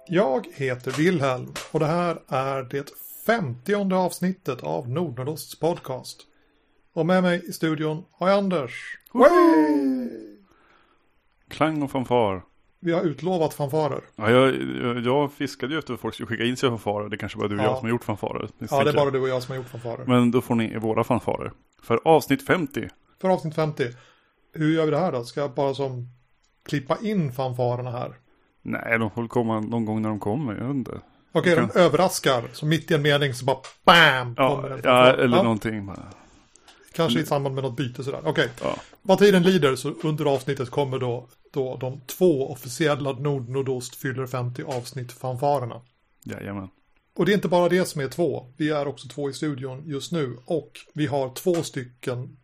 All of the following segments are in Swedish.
Jag heter Wilhelm och det här är det 50:e avsnittet av Nordnordosts podcast. Och med mig i studion har jag Anders. Klang och fanfar. Vi har utlovat fanfarer. Ja, jag fiskade ju efter att folk skulle skicka in sig fanfarer. Det kanske bara du och jag som har gjort fanfarer. Ja, det är bara du och jag som har gjort fanfarer. Men då får ni våra fanfarer. För avsnitt 50. För avsnitt 50. Hur gör vi det här då? Ska jag bara som klippa in fanfarerna här? Nej, de får komma någon gång när de kommer. Jag vet inte. Okej, de överraskar. Så mitt i en mening så bara BAM! Kommer en ja, eller någonting. Kanske i samband med något byte sådär. Okej. Ja. Vad tiden lider så under avsnittet kommer då de 2 officiella Nordnordost fyller 50 avsnitt fanfarerna. Jajamän. Och det är inte bara det som är 2. Vi är också 2 i studion just nu. Och vi har 2 stycken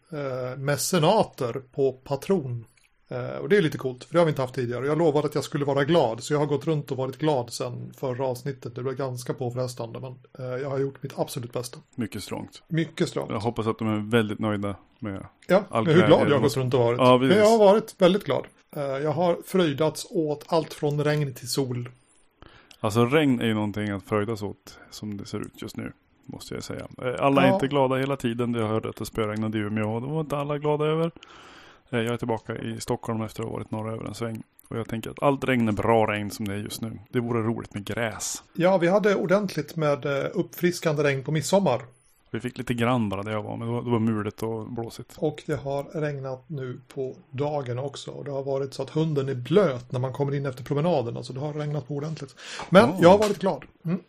mecenater på Patron. Och det är lite coolt, för det har vi inte haft tidigare. Jag lovade att jag skulle vara glad, så jag har gått runt och varit glad sedan förra avsnittet. Det blev ganska påfrestande, men jag har gjort mitt absolut bästa. Mycket strångt. Mycket strångt. Jag hoppas att de är väldigt nöjda med med hur glad jag har gått runt och varit. Ja, men jag har varit väldigt glad. Jag har fröjdats åt allt från regn till sol. Alltså regn är ju någonting att fröjdas åt som det ser ut just nu, måste jag säga. Alla är inte glada hela tiden. Jag hörde att det spöregnade i Umeå och det var inte alla glada över. Jag är tillbaka i Stockholm efter att ha varit norra över en sväng. Och jag tänker att allt regn är bra regn som det är just nu. Det vore roligt med gräs. Ja, vi hade ordentligt med uppfriskande regn på midsommar. Vi fick lite grann bara där jag var, men det var mulet och blåsigt. Och det har regnat nu på dagen också. Och det har varit så att hunden är blöt när man kommer in efter promenaden. Alltså det har regnat på ordentligt. Men jag har varit glad.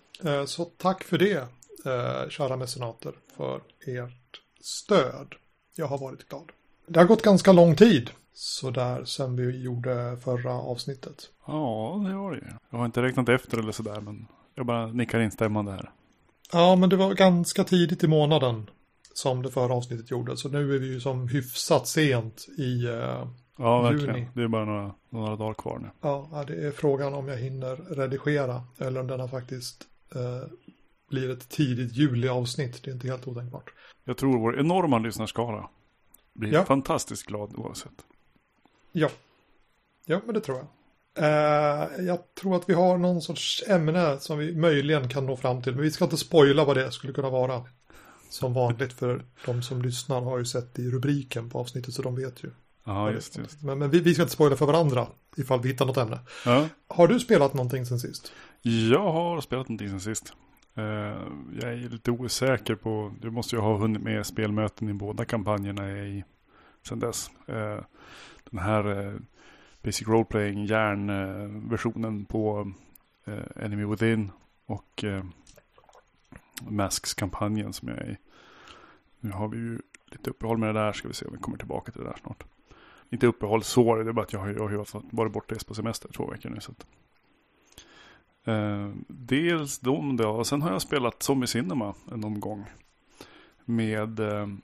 Så tack för det, kära mecenater, för ert stöd. Jag har varit glad. Det har gått ganska lång tid så där sen vi gjorde förra avsnittet. Ja, det var det ju. Jag har inte räknat efter eller sådär, men jag bara nickar instämmande här. Ja, men det var ganska tidigt i månaden som det förra avsnittet gjorde. Så nu är vi ju som hyfsat sent i ja, verkligen. juni. Det är bara några dagar kvar nu. Ja, det är frågan om jag hinner redigera eller om denna faktiskt blir ett tidigt juli-avsnitt. Det är inte helt otänkbart. Jag tror vår enorma lyssnarskara blir fantastiskt glad oavsett. Ja, men det tror jag. Jag tror att vi har någon sorts ämne som vi möjligen kan nå fram till. Men vi ska inte spoila vad det skulle kunna vara. Som vanligt, för de som lyssnar har ju sett i rubriken på avsnittet, så de vet ju. Ja, just. Men vi ska inte spoila för varandra ifall vi hittar något ämne. Ja. Har du spelat någonting sen sist? Jag har spelat någonting sen sist. Jag är lite osäker på... Du måste ju ha hunnit med spelmöten i båda kampanjerna sen dess. Den här Basic Roleplaying järnversionen på Enemy Within och Masks-kampanjen som jag är i. Nu har vi ju lite uppehåll med det där. Ska vi se om vi kommer tillbaka till det där snart. Inte uppehåll så, det är bara att jag har varit borta på semester 2 veckor nu. Så att. Dels de då, och sen har jag spelat Zombie Cinema en omgång med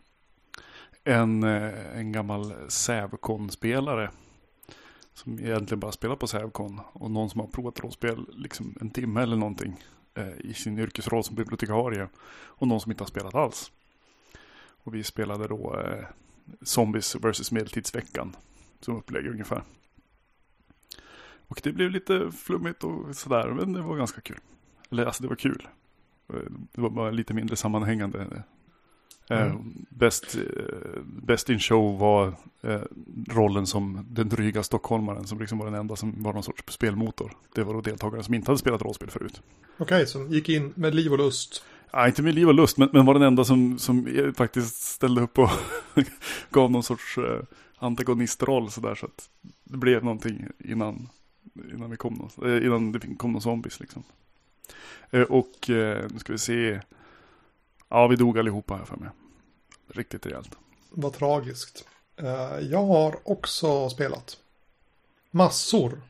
en gammal Sävcon-spelare som egentligen bara spelar på Sävcon, och någon som har provat rollspel liksom en timme eller någonting i sin yrkesroll som bibliotekarie, och någon som inte har spelat alls. Och vi spelade då Zombies vs. Medeltidsveckan som upplägg ungefär. Och det blev lite flummigt och sådär, men det var ganska kul. Eller alltså det var kul. Det var bara lite mindre sammanhängande. Best in show var rollen som den dryga stockholmaren som liksom var den enda som var någon sorts spelmotor. Det var då deltagare som inte hade spelat rollspel förut. Okej, som gick in med liv och lust. Ja, inte med liv och lust, men var den enda som faktiskt ställde upp och gav någon sorts antagonistroll sådär, så att det blev någonting innan det kom någon zombies liksom. Och nu ska vi se. Ja, vi dog allihopa här för mig. Riktigt rejält. Vad tragiskt. Jag har också spelat. Massor?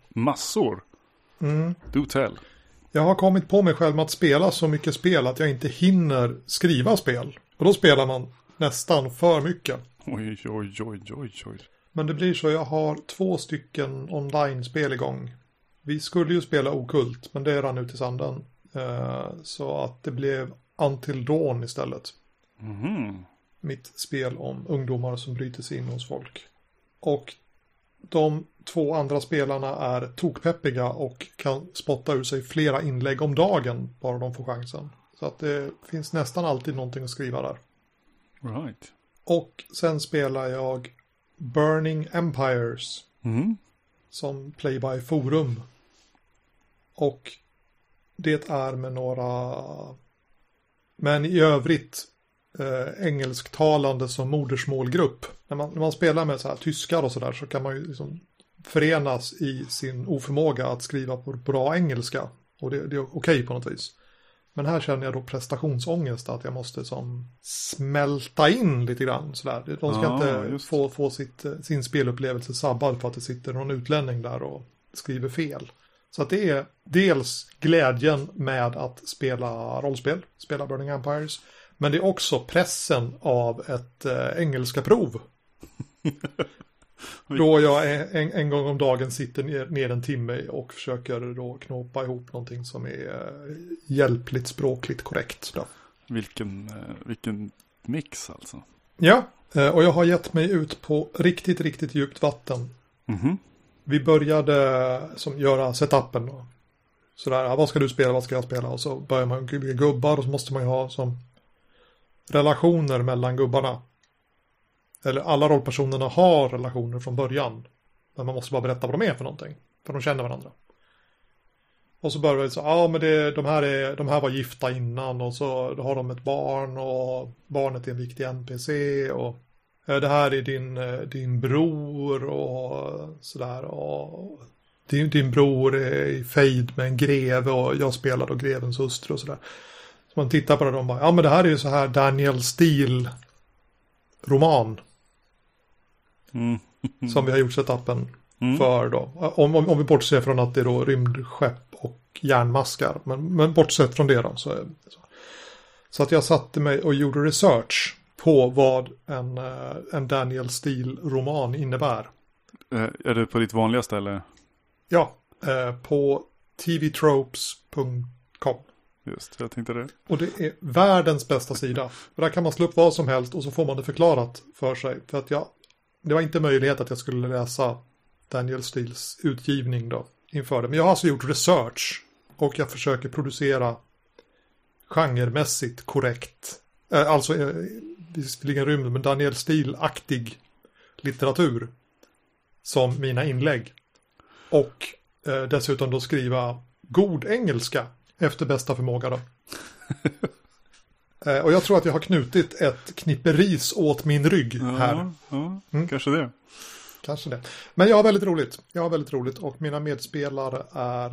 Do tell. Jag har kommit på mig själv med att spela så mycket spel att jag inte hinner skriva spel. Och då spelar man nästan för mycket. Oj. Men det blir så, jag har 2 stycken online-spel igång. Vi skulle ju spela Okult, men det rann ut i sanden. Så att det blev Until Dawn istället. Mitt spel om ungdomar som bryter sig in hos folk. Och de 2 andra spelarna är tokpeppiga och kan spotta ur sig flera inlägg om dagen bara de får chansen. Så att det finns nästan alltid någonting att skriva där. Right. Och sen spelar jag Burning Empires som Play by Forum. Och det är med några, men i övrigt engelsktalande som modersmålgrupp. När man spelar med så här tyskar och sådär så kan man ju liksom förenas i sin oförmåga att skriva på bra engelska. Och det är okej på något vis. Men här känner jag då prestationsångest, att jag måste som smälta in lite grann. Sådär. De ska inte få sin spelupplevelse sabbad för att det sitter någon utlänning där och skriver fel. Så att det är dels glädjen med att spela rollspel, spela Burning Empires. Men det är också pressen av ett engelska prov. Då jag en gång om dagen sitter ner en timme och försöker då knåpa ihop någonting som är hjälpligt språkligt korrekt. Då. Vilken mix alltså. Ja, och jag har gett mig ut på riktigt, riktigt djupt vatten. Mm-hmm. Vi började göra setupen då. Sådär, vad ska du spela, vad ska jag spela? Och så börjar man bygga gubbar och så måste man ju ha som relationer mellan gubbarna. Eller alla rollpersonerna har relationer från början. Men man måste bara berätta vad de är för någonting. För de känner varandra. Och så börjar vi så, men de här var gifta innan. Och så har de ett barn. Och barnet är en viktig NPC. Och det här är din bror. Och sådär. Och din bror är i fejd med en greve. Och jag spelar då grevens hustru och sådär. Så man tittar på det och de bara, men det här är ju så här Daniel Steele roman. Som vi har gjort setupen för då. Om vi bortser från att det är då rymdskepp och järnmaskar. Men bortsett från det då. Så att jag satte mig och gjorde research på vad en Daniel Steele-roman innebär. Är det på ditt vanliga ställe? Ja, på tvtropes.com. Just, jag tänkte det. Och det är världens bästa sida. För där kan man slå upp vad som helst och så får man det förklarat för sig. För att det var inte möjlighet att jag skulle läsa Daniel Steeles utgivning då inför det. Men jag har alltså gjort research och jag försöker producera genremässigt korrekt. Alltså, visserligen rymd, men Daniel Steele-aktig litteratur som mina inlägg. Och dessutom då skriva god engelska efter bästa förmåga då. Och jag tror att jag har knutit ett knippe ris åt min rygg här. Ja, kanske det. Kanske det. Men jag har väldigt roligt. Och mina medspelare är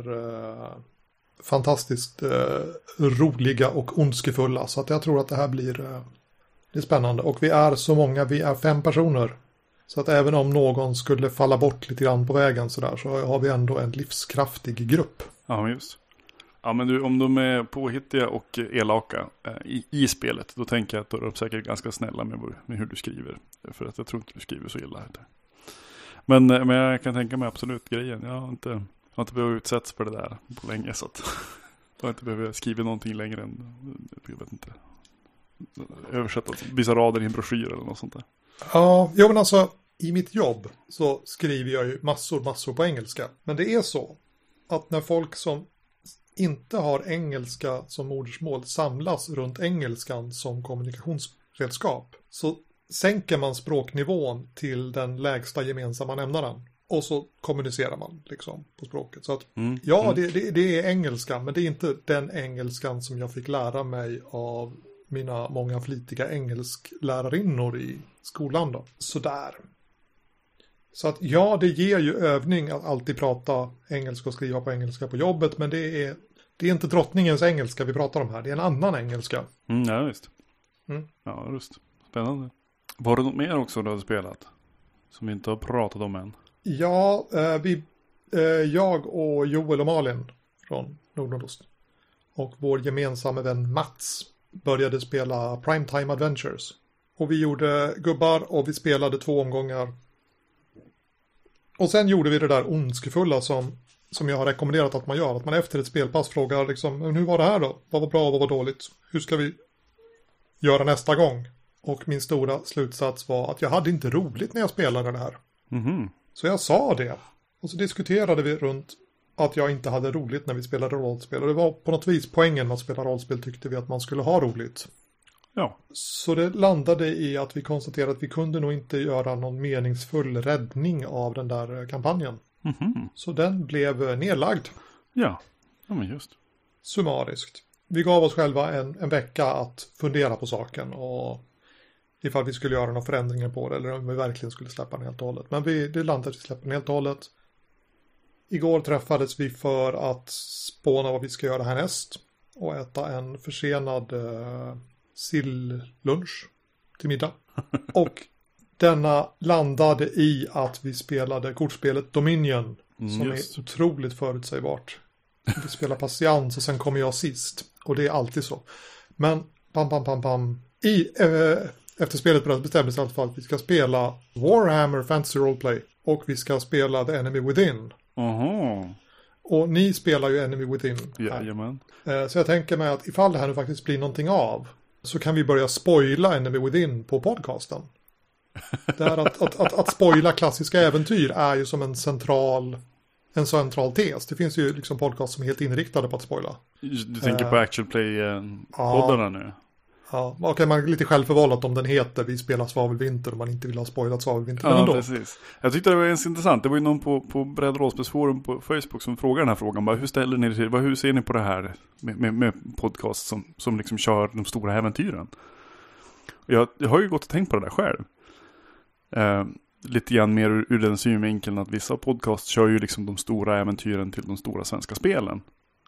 fantastiskt roliga och ondskefulla. Så att jag tror att det här blir spännande. Och vi är så många, vi är 5 personer. Så att även om någon skulle falla bort lite grann på vägen så har vi ändå en livskraftig grupp. Ja, just. Ja, men om de är påhittiga och elaka i spelet, då tänker jag att de är säkert ganska snälla med hur du skriver. För att jag tror inte du skriver så illa. Men jag kan tänka mig absolut grejen. Jag har inte behövt utsättas för det där på länge, så att jag har inte behövt skriva någonting längre än, jag vet inte, översätta vissa rader i en broschyr eller något sånt där. Ja, men alltså i mitt jobb så skriver jag ju massor på engelska. Men det är så att när folk som inte har engelska som modersmål samlas runt engelskan som kommunikationsredskap, så sänker man språknivån till den lägsta gemensamma nämnaren. Och så kommunicerar man liksom på språket. Så att det är engelska, men det är inte den engelskan som jag fick lära mig av mina många flitiga engelsklärarinnor i skolan då. Sådär. Så att det ger ju övning att alltid prata engelska och skriva på engelska på jobbet, men det är inte drottningens engelska vi pratar om här, det är en annan engelska. Ja, visst. Ja, just. Spännande. Var det något mer också du hade spelat som vi inte har pratat om än? Ja, jag och Joel och Malin från Nordost och vår gemensamma vän Mats började spela Primetime Adventures. Och vi gjorde gubbar och vi spelade 2 omgångar. Och sen gjorde vi det där ondskefulla som jag har rekommenderat att man gör. Att man efter ett spelpass frågar liksom, hur var det här då? Vad var bra och vad var dåligt? Hur ska vi göra nästa gång? Och min stora slutsats var att jag hade inte roligt när jag spelade det här. Mm-hmm. Så jag sa det. Och så diskuterade vi runt att jag inte hade roligt när vi spelade rollspel. Och det var på något vis poängen med att spela rollspel, tyckte vi att man skulle ha roligt. Ja. Så det landade i att vi konstaterade att vi kunde nog inte göra någon meningsfull räddning av den där kampanjen. Mm-hmm. Så den blev nedlagd. Ja, men just. Summariskt. Vi gav oss själva en vecka att fundera på saken och ifall vi skulle göra några förändringar på det eller om vi verkligen skulle släppa den helt och hållet. Men det landade i att släppa den helt och hållet. Igår träffades vi för att spåna vad vi ska göra härnäst och äta en försenad silllunch till middag. Och denna landade i att vi spelade kortspelet Dominion som är otroligt förutsägbart. Vi spelar patiens och sen kommer jag sist. Och det är alltid så. Men efter spelet bestämdes i alla fall att vi ska spela Warhammer Fantasy Roleplay. Och vi ska spela The Enemy Within. Och ni spelar ju Enemy Within. Jajamän. Så jag tänker mig att ifall det här nu faktiskt blir någonting av, så kan vi börja spoila Enemy Within på podcasten. Det här att spoila klassiska äventyr är ju som en central tes. Det finns ju liksom podcast som är helt inriktade på att spoila. Du tänker på Actual Play-poddarna nu? Ja, okej, man är lite självförvållat om den heter Vi spelar Svavelvinter och man inte vill ha spoilat Svavelvinter. Ja, precis. Jag tyckte det var ganska intressant. Det var ju någon på Bredd Rollspelsforum på Facebook som frågade den här frågan. Bara, hur ställer ni till? Hur ser ni på det här med podcast som liksom kör de stora äventyren? Jag har ju gått och tänkt på det där själv. Lite grann mer ur den synvinkeln att vissa podcast kör ju liksom de stora äventyren till de stora svenska spelen.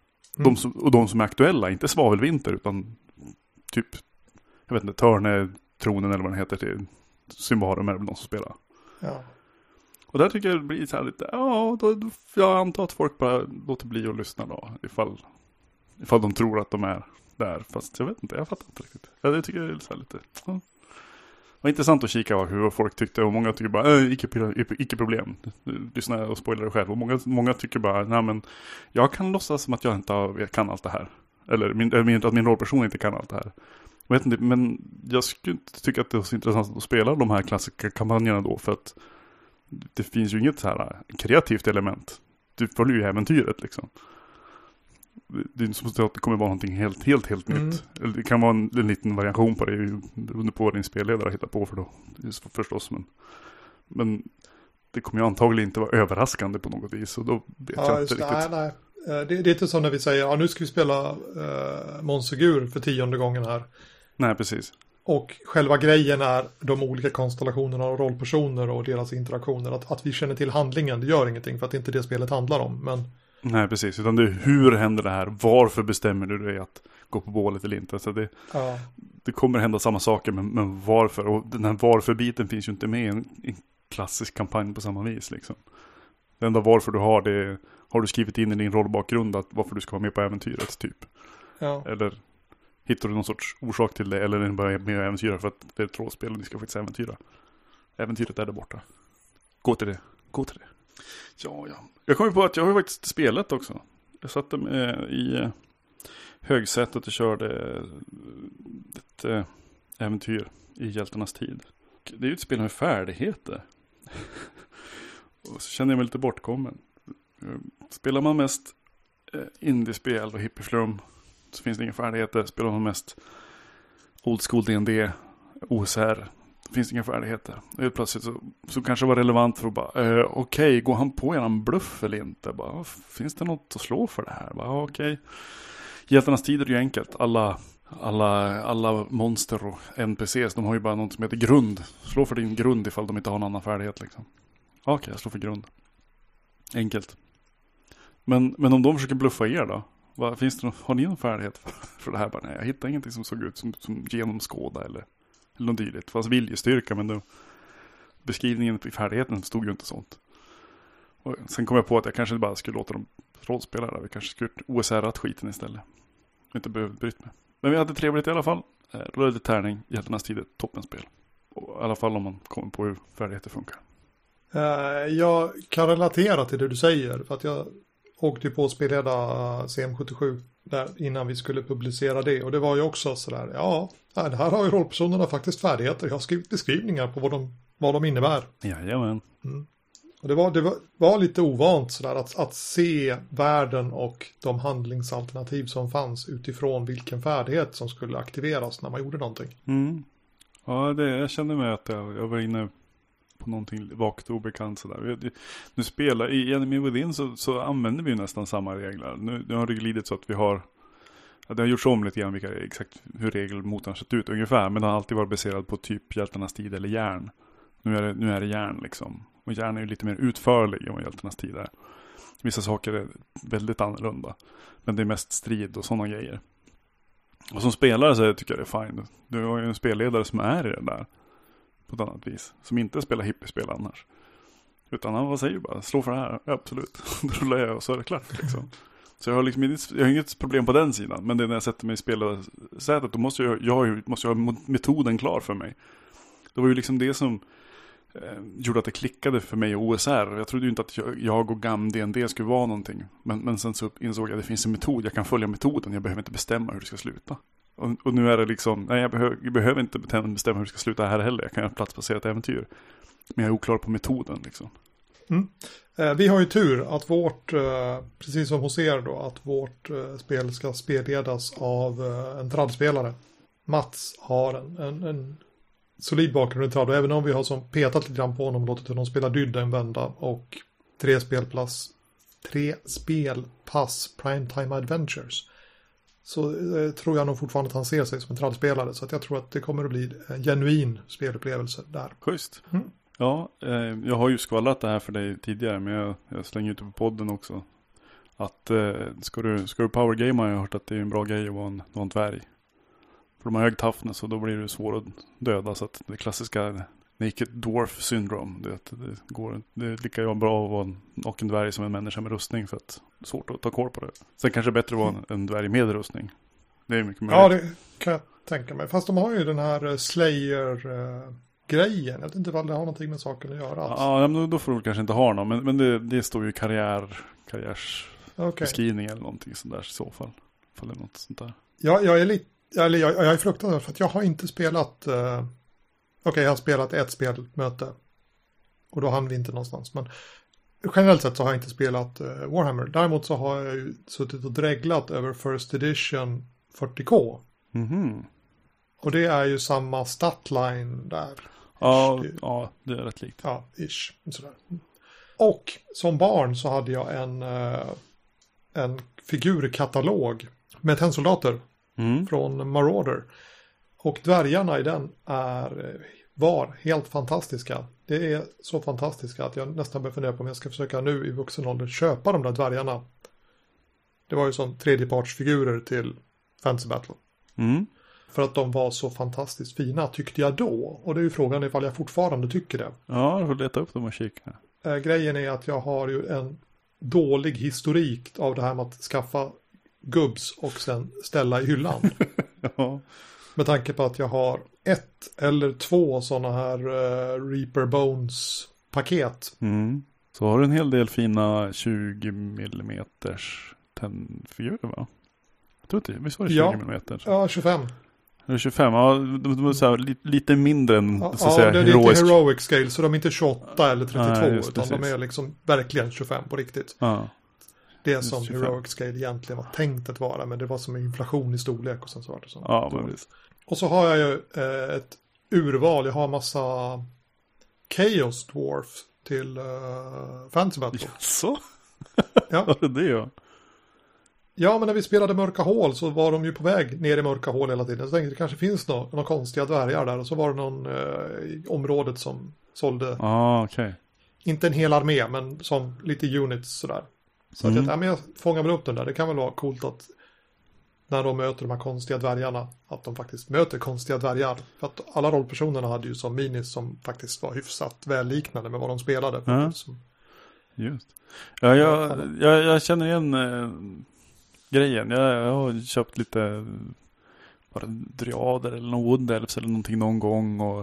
De som är aktuella, inte Svavelvinter utan typ, jag vet inte, Törne-tronen eller vad den heter till Symbarum är väl de som spelar. Ja. Och där tycker jag det blir så här lite, jag antar att folk bara låter bli att lyssna då, ifall de tror att de är där. Fast jag vet inte, jag fattar inte riktigt. Jag tycker det är så här lite... Ja. Det var intressant att kika hur folk tyckte, och många tycker bara icke problem. Lyssna och spoila det själv. Och många tycker bara, nej men jag kan låtsas som att jag inte kan allt det här. Eller att min rollperson inte kan allt det här. Jag vet inte, men jag skulle inte tycka att det är så intressant att spela de här klassiska kampanjerna då, för att det finns ju inget så här kreativt element. Du följer ju äventyret liksom. Det är inte som att det kommer vara någonting helt nytt. Eller det kan vara en liten variation på det under på vad din spelledare hittar på för då. Förstås, men det kommer ju antagligen inte vara överraskande på något vis. Och då vet jag inte riktigt. Nej. Det är inte som när vi säger, nu ska vi spela Monsegur för 10:e gången här. Nej, precis. Och själva grejen är de olika konstellationerna och rollpersoner och deras interaktioner. Att vi känner till handlingen, det gör ingenting för att det inte är det spelet handlar om. Men... Nej, precis. Utan det är hur händer det här? Varför bestämmer du dig att gå på bålet eller inte? Så det kommer hända samma saker, men varför? Och den här varför-biten finns ju inte med i en klassisk kampanj på samma vis. Liksom. Det enda varför du har det, har du skrivit in i din rollbakgrund att varför du ska vara med på äventyret, typ. Ja. Eller hittar du någon sorts orsak till det, eller är det bara med att äventyra för att det är ett rollspel och ni ska faktiskt äventyra. Äventyret är där borta. Gå till det. Ja. Jag kom ju på att jag har faktiskt spelat också. Jag satte mig i högsätet och körde ett äventyr i Hjältarnas tid. Det är ju ett spel med färdigheter. Och så känner jag mig lite bortkommen. Spelar man mest indiespel och hippieflum så finns det inga färdigheter. Spelar man mest old school D&D, OSR, finns det inga färdigheter. Och plötsligt så kanske det var relevant för att bara, okej, går han på eran bluff eller inte? Bara, finns det något att slå för det här? Bara, okej. Hjältarnas tid är ju enkelt. Alla monster och NPCs, de har ju bara något som heter grund. Slå för din grund ifall de inte har någon annan färdighet liksom. Okej, jag slår för grund. Enkelt. Men om de försöker bluffa er då? Har ni någon färdighet för det här? Bara, nej, jag hittar ingenting som såg ut som genomskåda eller något dylikt. Det fanns viljestyrka, men då, beskrivningen i färdigheten stod ju inte sånt. Och sen kom jag på att jag kanske bara skulle låta dem rollspela där. Vi kanske skulle OSR-at skiten istället. Inte behövt bryta mig. Men vi hade trevligt i alla fall. Rullade tärning, Hjältarnas tid, toppenspel. Och i alla fall om man kommer på hur färdigheter funkar. Jag kan relatera till det du säger. För att jag åkte på att spelleda CM77 där innan vi skulle publicera det. Och det var ju också sådär, det här har ju rollpersonerna faktiskt färdigheter. Jag har skrivit beskrivningar på vad de innebär. Jajamän. Och det var lite ovant sådär att se världen och de handlingsalternativ som fanns utifrån vilken färdighet som skulle aktiveras när man gjorde någonting. Mm. Ja, jag kände mig att jag var inne på någonting vagt obekant sådär. Nu spelar i Enemy Within så använder vi ju nästan samma regler. Nu har det glidit så att vi har, det har gjorts om lite grann exakt hur regelmotorn sett ut ungefär, men det har alltid varit baserad på typ hjältarnas tid eller järn. Nu är det järn liksom. Och järn är ju lite mer utförlig än vad hjältarnas tid är. Vissa saker är väldigt annorlunda. Men det är mest strid och sådana grejer. Och som spelare så tycker jag det är fine. Du har ju en spelledare som är i det där. På ett annat vis. Som inte spelar hippie-spel annars. Utan han säger bara, slå för det här. Ja, absolut. Då rullar jag och så är det klart liksom. Så jag har inget problem på den sidan. Men det är när jag sätter mig i spelarsätet, då måste jag ha metoden klar för mig. Det var ju liksom det som gjorde att det klickade för mig och OSR. Jag trodde ju inte att jag och GAM D&D skulle vara någonting. Men sen så insåg jag att det finns en metod. Jag kan följa metoden. Jag behöver inte bestämma hur det ska sluta. Och nu är det liksom, nej, jag behöver inte bestämma hur det ska sluta här heller. Jag kan göra ett platsbaserat äventyr. Men jag är oklar på metoden liksom. Mm. Vi har ju tur att precis som hos er då, att vårt spel ska spelledas av en tradspelare. Mats har en solid bakgrund i tradd, och även om vi har som petat lite grann på honom och låtit honom spela Dydda en vända och 3 spelpass Primetime Adventures, så tror jag nog fortfarande att han ser sig som en traddspelare, så att jag tror att det kommer att bli en genuin spelupplevelse där. Schysst. Mm. Ja, jag har ju skvallrat det här för dig tidigare, men jag slänger ut det på podden också. Att ska du powergame, har jag hört att det är en bra grej att vara en dvärg. För de har hög toughness och då blir det svårt att döda. Så att det klassiska naked dwarf syndrome. Det är lika bra att vara en dvärg som en människa med rustning, för att det är svårt att ta koll på det. Sen kanske det är bättre att vara en dvärg med rustning. Det är mycket möjligt. Ja, det kan jag tänka mig. Fast de har ju den här Slayer-grejen. Jag vet inte vad det har någonting med saken att göra alls. Ja, men då får du kanske inte ha någon. Men det står ju karriärsbeskrivning eller någonting sånt där i så fall. Eller något sånt där. Ja, jag är fruktansvärd för att jag har inte spelat jag har spelat ett spelmöte och då hann vi inte någonstans, men generellt sett så har jag inte spelat Warhammer. Däremot så har jag ju suttit och dreglat över First Edition 40K. Mhm. Och det är ju samma statline där. Ja, det är rätt likt. Ja, ish. Sådär. Och som barn så hade jag en figurkatalog med tennsoldater från Marauder. Och dvärgarna i den var helt fantastiska. Det är så fantastiska att jag nästan börjar fundera på om jag ska försöka nu i vuxen ålder köpa de där dvärgarna. Det var ju som tredjepartsfigurer till Fantasy Battle. Mm. För att de var så fantastiskt fina, tyckte jag då. Och det är ju frågan ifall jag fortfarande tycker det. Ja, du får leta upp dem och kika. Grejen är att jag har ju en dålig historik av det här med att skaffa gubbs och sen ställa i hyllan. Ja. Med tanke på att jag har 1 eller 2 sådana här Reaper Bones-paket. Mm. Så har du en hel del fina 20 mm tennfigurer, va? Jag tror inte, visst var det 20 mm? Ja, 25. Eller 25, ja, de är så här, lite mindre än så att säga, det är heroisk. inte heroic scale, så de är inte 28 eller 32, Nej, utan de är liksom verkligen 25 på riktigt. Ja. Det som heroic scale egentligen var tänkt att vara, men det var som en inflation i storlek och sen så var det så. Ja, men visst. Och så har jag ju ett urval, jag har massa Chaos Dwarf till Fantasy Battle. Så? Ja. Var det ja? Ja, men när vi spelade Mörka Hål så var de ju på väg ner i Mörka Hål hela tiden. Så tänkte jag, det kanske finns några konstiga dvärgar där. Och så var det någon i området som sålde, okay. Inte en hel armé, men som lite units sådär. Så att jag fångar väl upp den där. Det kan väl vara coolt att när de möter de här konstiga dvärgarna, att de faktiskt möter konstiga dvärgar. För att alla rollpersonerna hade ju som minis som faktiskt var hyfsat välliknande med vad de spelade. Just. Ja, jag känner igen grejen. Jag har köpt lite bara dryader eller någon wood elves eller någonting någon gång, och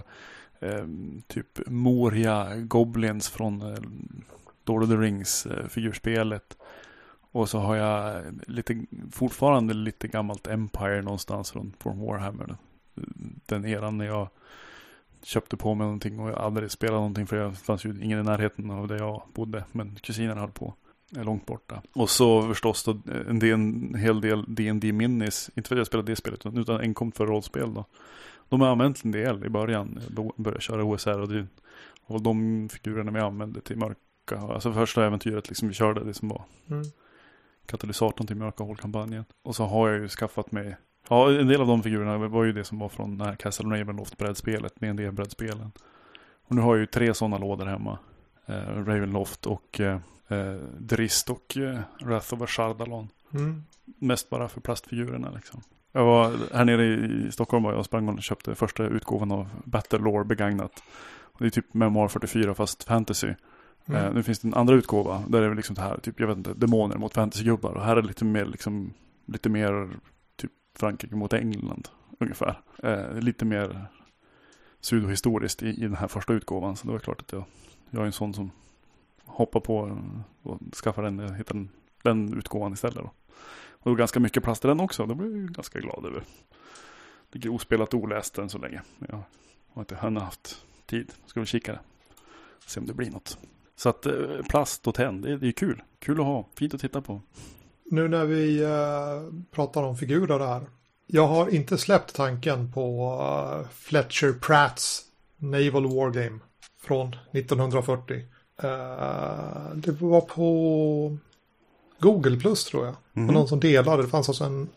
typ Moria Goblins från Lord of the Rings figurspelet. Och så har jag fortfarande lite gammalt Empire någonstans från Warhammer. Den eran när jag köpte på mig någonting och jag aldrig spelade någonting för det fanns ju ingen i närheten av där jag bodde. Men kusinen höll på. Är långt borta. Och så förstås då en hel del D&D minis. Inte för att jag spelade det spelet utan enkom för rollspel då. De har använt en del i början. Började köra OSR och de figurerna vi använde till mörka. Alltså första äventyret liksom vi körde det som var katalysatorn till mörka hålkampanjen. Och så har jag ju skaffat mig en del av de figurerna var ju det som var från den här Castle Ravenloft-bräddspelet med en del brädspelen. Och nu har jag ju 3 sådana lådor hemma. Ravenloft och Drist och Wrath of Ashardalon. Mest bara för plastfigurerna liksom. Jag var här nere i Stockholm och jag sprang och köpte första utgåvan av Battlelore begagnat. Och det är typ Memoir 44 fast fantasy. Nu finns det en andra utgåva där det är liksom det här typ, jag vet inte, demoner mot fantasygubbar. Och här är det lite mer typ Frankrike mot England ungefär. Lite mer pseudohistoriskt i den här första utgåvan. Så det var klart att jag är en sån som hoppar på och skaffar den utgåvan istället då. Och det var ganska mycket plast i den också. Det blev jag ganska glad över. Det är ospelat och oläst än så länge. Men jag har inte haft tid. Ska väl kika det. Se om det blir något. Så att plast och tenn, det är kul. Kul att ha. Fint att titta på. Nu när vi pratar om figurer här. Jag har inte släppt tanken på Fletcher Pratts Naval Wargame från 1940. Det var på Google Plus tror jag. Och någon som delade. Det fanns alltså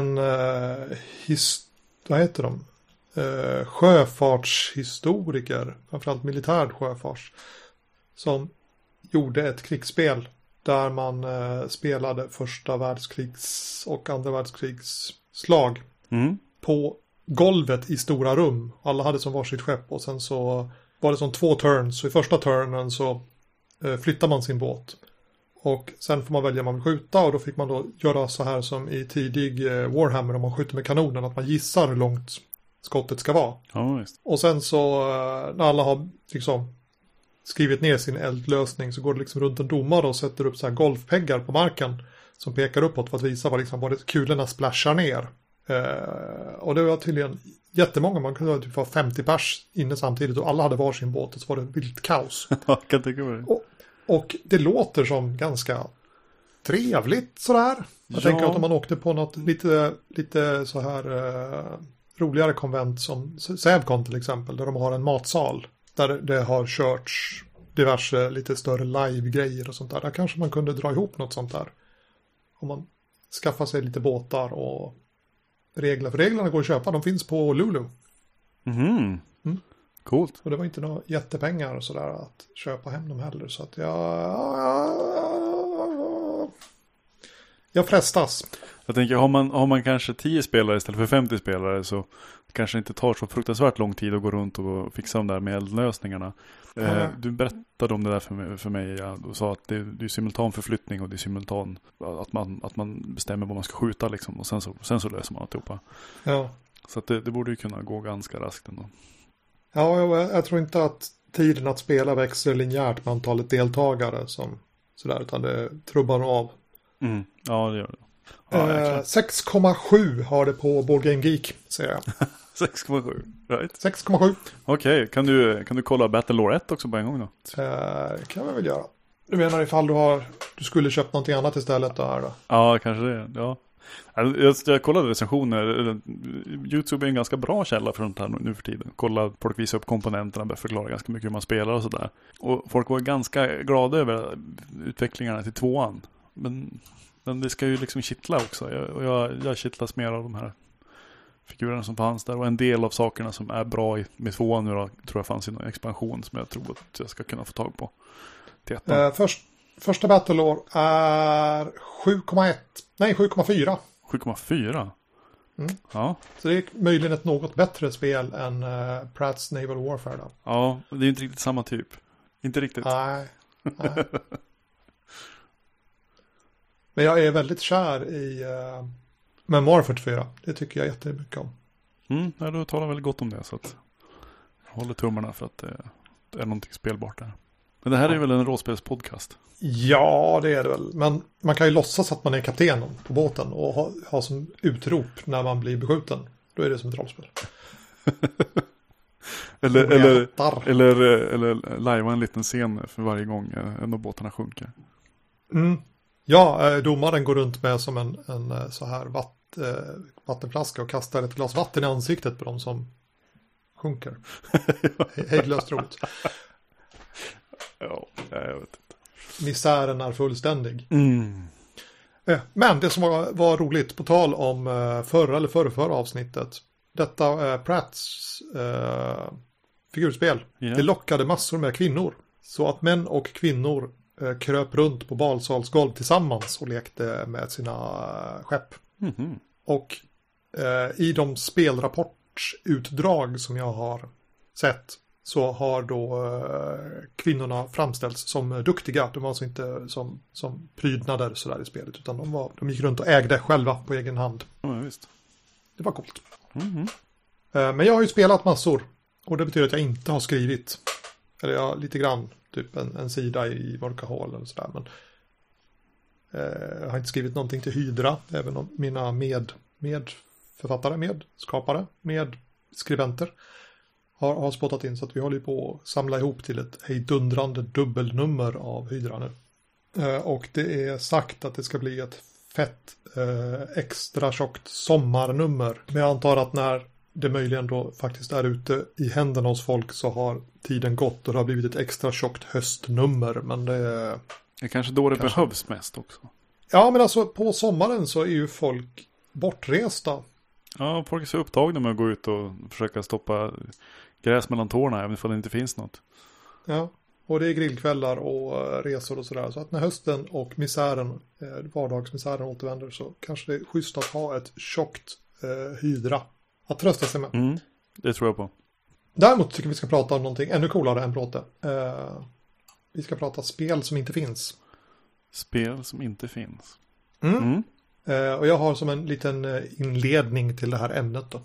vad heter de? Sjöfartshistoriker. Framförallt militär sjöfarts. Som gjorde ett krigsspel. Där man spelade första världskrigs och andra världskrigs slag. På golvet i stora rum. Alla hade som varsitt skepp. Och sen så var det som 2 turns. Så i första turnen så flyttar man sin båt. Och sen får man välja om man vill skjuta. Och då fick man då göra så här som i tidig Warhammer. Om man skjuter med kanonen. Att man gissar hur långt skottet ska vara. Ja, just. Och sen så när alla har liksom skrivit ner sin eldlösning. Så går det liksom runt en domare och sätter upp så här golfpeggar på marken. Som pekar uppåt för att visa var kulorna splashar ner. Och det var tydligen jättemånga. Man kunde typ vara 50 pers inne samtidigt. Och alla hade varsin båt. Och så var det vilt kaos. Ja, kan tänka mig. Och det låter som ganska trevligt sådär. Jag tänker att om man åkte på något lite så här roligare konvent som Sävkon till exempel. Där de har en matsal. Där det har körts diverse lite större live-grejer och sånt där. Där kanske man kunde dra ihop något sånt där. Om man skaffar sig lite båtar och regler. För reglerna går att köpa. De finns på Lulu. Coolt. Och det var inte några jättepengar och sådär att köpa hem dem heller. Så att jag frestas. Jag tänker, har man kanske 10 spelare istället för 50 spelare så kanske inte tar så fruktansvärt lång tid att gå runt och fixa de där med eldlösningarna. Du berättade om det där för mig. Ja. Du sa att det är simultan förflyttning och det är simultan att man bestämmer vad man ska skjuta liksom. Och sen så löser man alltihopa. Ja. Så att det borde ju kunna gå ganska raskt ändå. Ja, jag tror inte att tiden att spela växer linjärt med antalet deltagare som sådär, utan det trubbar av. Ja, det gör det. Ja, 6,7 har det på Board Game Geek, säger jag. 6,7, right? 6,7. Okej, kan du kolla Battlelore 1 också på en gång då? Kan vi väl göra. Du menar ifall du skulle köpt någonting annat istället där då? Ja, kanske det, ja. Jag kollade recensioner. YouTube är en ganska bra källa för sånt här nu för tiden. Kolla, folk visar upp komponenterna, börjar förklara ganska mycket hur man spelar och sådär. Och folk var ganska glada över utvecklingarna till 2:an. Men det ska ju liksom kittla också. Jag kittlas mer av de här figurerna som fanns där. Och en del av sakerna som är bra med 2:an nu då, tror jag fanns i någon expansion som jag tror att jag ska kunna få tag på. Första Battlelore är 7,1. Nej, 7,4. 7,4? Ja. Så det är möjligen ett något bättre spel än Pratts Naval Warfare då. Ja, det är inte riktigt samma typ. Inte riktigt. Nej. Men jag är väldigt kär i Memoir 44. Det tycker jag jättemycket om. Ja, du talar väldigt gott om det så att jag håller tummarna för att det är någonting spelbart där. Men det här är väl en rollspelspodcast? Ja, det är det väl. Men man kan ju låtsas att man är kaptenen på båten och ha som utrop när man blir beskjuten. Då är det som ett rollspel. Eller lajva en liten scen för varje gång en av båtarna sjunker. Ja, domaren går runt med som en så här vattenflaska och kastar ett glas vatten i ansiktet på dem som sjunker. Hejdlöst roligt. Ja, jag vet inte. Misären är fullständig. Men det som var roligt på tal om förra avsnittet. Detta Pratts figurspel. Yeah. Det lockade massor med kvinnor. Så att män och kvinnor kröp runt på balsalsgolv tillsammans och lekte med sina skepp. Och i de spelrapportsutdrag som jag har sett så har då kvinnorna framställts som duktiga. De var alltså inte som prydnader sådär i spelet, utan de gick runt och ägde själva på egen hand. Ja, visst. Det var coolt. Men jag har ju spelat massor, och det betyder att jag inte har skrivit. Eller jag lite grann, typ en sida i mörka hål eller sådär. Men jag har inte skrivit någonting till Hydra, även om mina medförfattare, medskapare, medskribenter har spottat in, så att vi håller på att samla ihop till ett hejdundrande dubbelnummer av Hydra nu. Och det är sagt att det ska bli ett fett extra tjockt sommarnummer. Men jag antar att när det möjligen då faktiskt är ute i händerna hos folk så har tiden gått och det har blivit ett extra tjockt höstnummer. Men det är kanske då det behövs mest också. Ja, men alltså på sommaren så är ju folk bortresta. Ja, folk är så upptagna med att gå ut och försöka stoppa gräs mellan tårna även om det inte finns något. Ja, och det är grillkvällar och resor och sådär. Så att när hösten och vardagsmisären återvänder så kanske det är schysst att ha ett tjockt Hydra att trösta sig med. Det tror jag på. Däremot tycker vi ska prata om någonting ännu coolare än plåte. Vi ska prata spel som inte finns. Spel som inte finns. Och jag har som en liten inledning till det här ämnet då.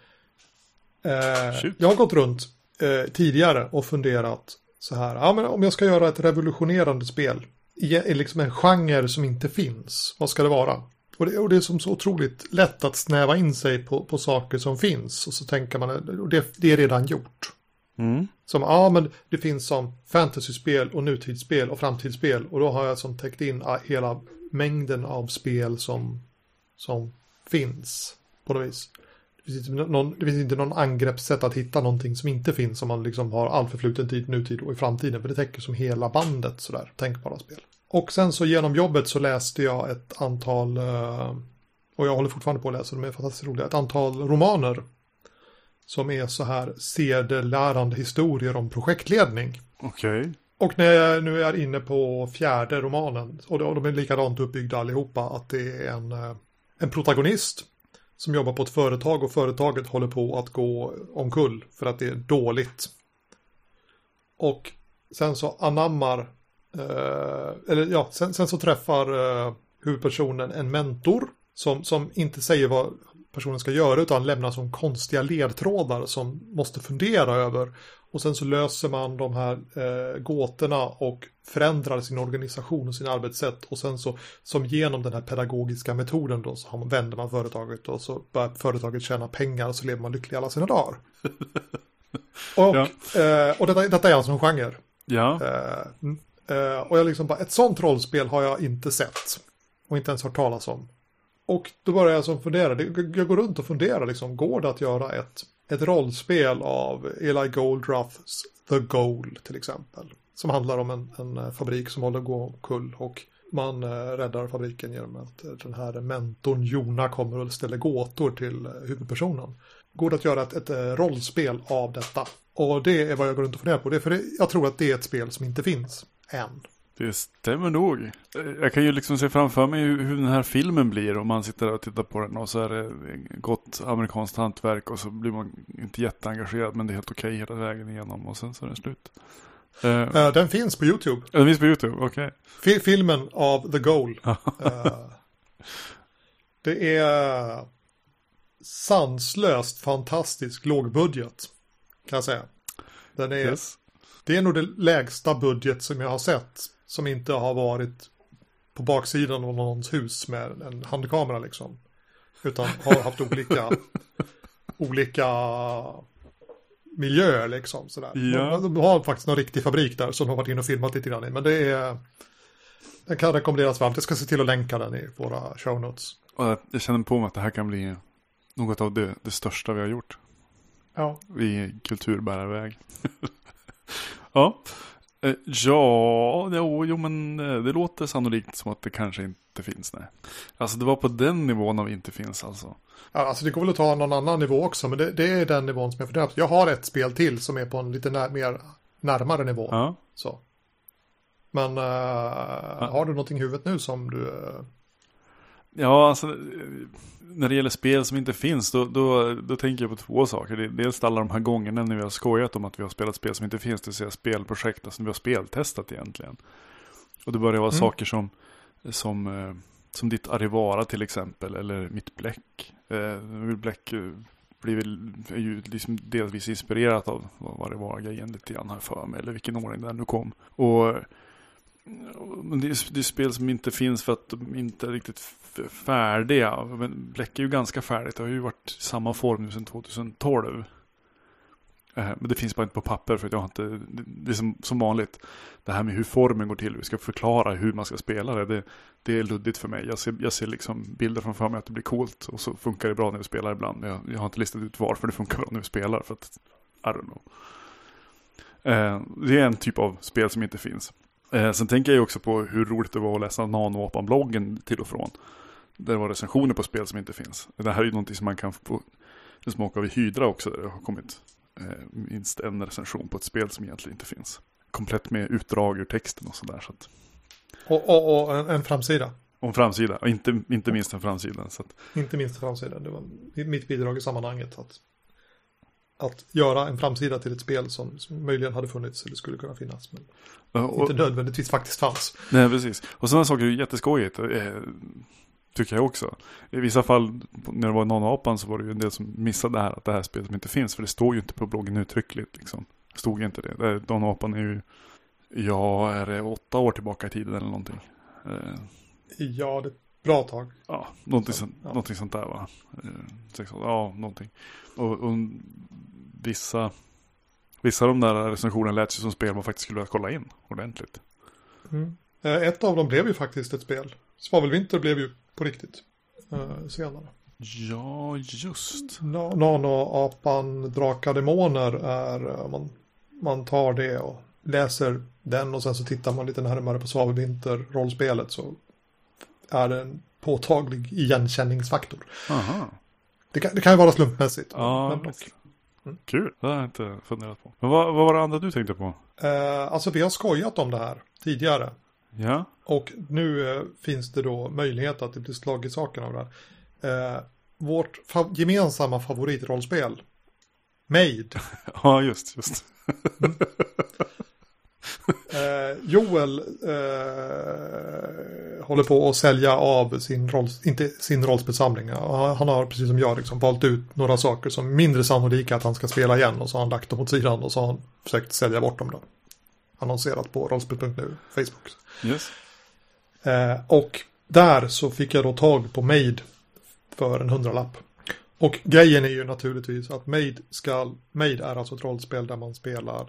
Jag har gått runt tidigare och funderat så här. Ja, men om jag ska göra ett revolutionerande spel i liksom en genre som inte finns, vad ska det vara? Och det är som så otroligt lätt att snäva in sig på saker som finns. Och så tänker man, och det är redan gjort. Som, ja men det finns som fantasyspel och nutidsspel och framtidsspel. Och då har jag som täckt in hela mängden av spel som finns på något vis. Det finns inte någon angreppssätt att hitta någonting som inte finns om man liksom har all förfluten tid, nutid och i framtiden. För det täcker som hela bandet sådär, tänkbara spel. Och sen så genom jobbet så läste jag ett antal, och jag håller fortfarande på att läsa, de är fantastiskt roliga, ett antal romaner som är så här sedelärande historier om projektledning. Okej. Och när jag nu är inne på 4:e romanen, och de är likadant uppbyggda allihopa, att det är en protagonist som jobbar på ett företag och företaget håller på att gå omkull för att det är dåligt. Och sen så anammar sen så träffar huvudpersonen en mentor som inte säger vad personen ska göra utan lämnar som konstiga ledtrådar som måste fundera över. Och sen så löser man de här gåtorna och förändrar sin organisation och sin arbetssätt. Och sen så som genom den här pedagogiska metoden då så vänder man företaget och så börjar företaget tjäna pengar och så lever man lycklig alla sina dagar. Och detta är alltså en genre. Ja. Och jag liksom bara, ett sånt rollspel har jag inte sett. Och inte ens hört talas om. Och då börjar jag som fundera. Jag går runt och funderar liksom, går det att göra ett rollspel av Eli Goldraths The Goal till exempel. Som handlar om en fabrik som håller på att gå omkull. Och man räddar fabriken genom att den här mentorn Jona kommer och ställer gåtor till huvudpersonen. Går det att göra ett rollspel av detta? Och det är vad jag går runt och funderar på. Jag tror att det är ett spel som inte finns än. Det stämmer nog. Jag kan ju liksom se framför mig hur den här filmen blir om man sitter och tittar på den och så är det gott amerikanskt hantverk och så blir man inte jätteengagerad men det är helt okej hela vägen igenom och sen så är det slut. Den finns på YouTube. Den finns på YouTube, okej. Filmen av The Goal. Det är sanslöst fantastisk lågbudget kan jag säga. Den är... Yes. Det är nog det lägsta budget som jag har sett som inte har varit på baksidan av någons hus med en handkamera liksom. Utan har haft olika miljö liksom sådär. Ja. De har faktiskt någon riktig fabrik där som de har varit inne och filmat lite grann i. Men den kan rekommenderas varmt. Jag ska se till att länka den i våra show notes. Och jag känner på mig att det här kan bli något av det största vi har gjort. Ja. Vi kulturbärarväg. Ja. Men det låter sannolikt som att det kanske inte finns, nej. Alltså det var på den nivån av inte finns alltså. Ja, alltså det går väl att ta någon annan nivå också, men det är den nivån som jag funderar på. Jag har ett spel till som är på en lite mer närmare nivå. Ja. Så. Men har du någonting i huvudet nu som du... Ja, alltså när det gäller spel som inte finns då tänker jag på två saker. Dels alla de här gångerna när vi har skojat om att vi har spelat spel som inte finns, det vill säga spelprojekt som vi har speltestat egentligen. Och det börjar vara saker som ditt Arivara till exempel, eller mitt Bläck. Bläck är ju liksom delvis inspirerat av vad det var grejen lite grann här för mig, eller vilken ordning den nu kom. Men det är spel som inte finns för att de inte är riktigt färdiga. Men Bläck är ju ganska färdigt. Det har ju varit i samma form nu sedan 2012. Men det finns bara inte på papper för att jag har inte... Det är som vanligt. Det här med hur formen går till. Vi ska förklara hur man ska spela det. Det är luddigt för mig. Jag ser liksom bilder framför mig att det blir coolt. Och så funkar det bra när vi spelar ibland. Men jag har inte listat ut varför det funkar bra när vi spelar. För att, I don't know. Det är en typ av spel som inte finns. Sen tänker jag också på hur roligt det var att läsa Nanoapan-bloggen till och från. Där var recensioner på spel som inte finns. Det här är ju någonting som man kan få en smak av i Hydra också. Där det har kommit minst en recension på ett spel som egentligen inte finns. Komplett med utdrag ur texten och sådär. Så att... Och en framsida. Och en framsida. Och inte minst en framsida. Så att... Inte minst en framsida. Det var mitt bidrag i sammanhanget. Att göra en framsida till ett spel som möjligen hade funnits eller skulle kunna finnas. Men inte nödvändigtvis faktiskt fanns. Nej, precis. Och sådana saker är ju jätteskojigt. Tycker jag också. I vissa fall, när det var Nanoapan så var det ju en del som missade det här. Att det här spelet som inte finns. För det står ju inte på bloggen uttryckligt. Liksom. Det stod inte det. Nanoapan är ju... Ja, är det 8 år tillbaka i tiden eller någonting? Ja, det är ett bra tag. Ja, någonting sånt där va? Ja, någonting. Och vissa av de där recensionerna lät sig som spel man faktiskt skulle vilja kolla in ordentligt. Ett av dem blev ju faktiskt ett spel. Svavelvinter blev ju på riktigt senare. Ja, just. Nanoapan Drakar Demoner är... Man tar det och läser den och sen så tittar man lite närmare på Svavelvinter-rollspelet så är det en påtaglig igenkänningsfaktor. Aha. Det kan ju vara slumpmässigt. Ja, kul. Det har jag inte funderat på. Men vad var det andra du tänkte på? Alltså vi har skojat om det här tidigare. Ja. Och nu finns det då möjlighet att det blir slag i saken av det här. Vårt gemensamma favoritrollspel. Made. Ja, just. Joel håller på att sälja av sin rollspelsamling. Han har precis som jag liksom valt ut några saker som är mindre sannolika att han ska spela igen och så har han lagt dem åt sidan och så har han försökt sälja bort dem då. Annonserat på rollspel.nu Facebook. Yes. Och där så fick jag då tag på Made för en 100-lapp. Och grejen är ju naturligtvis att Made är alltså ett rollspel där man spelar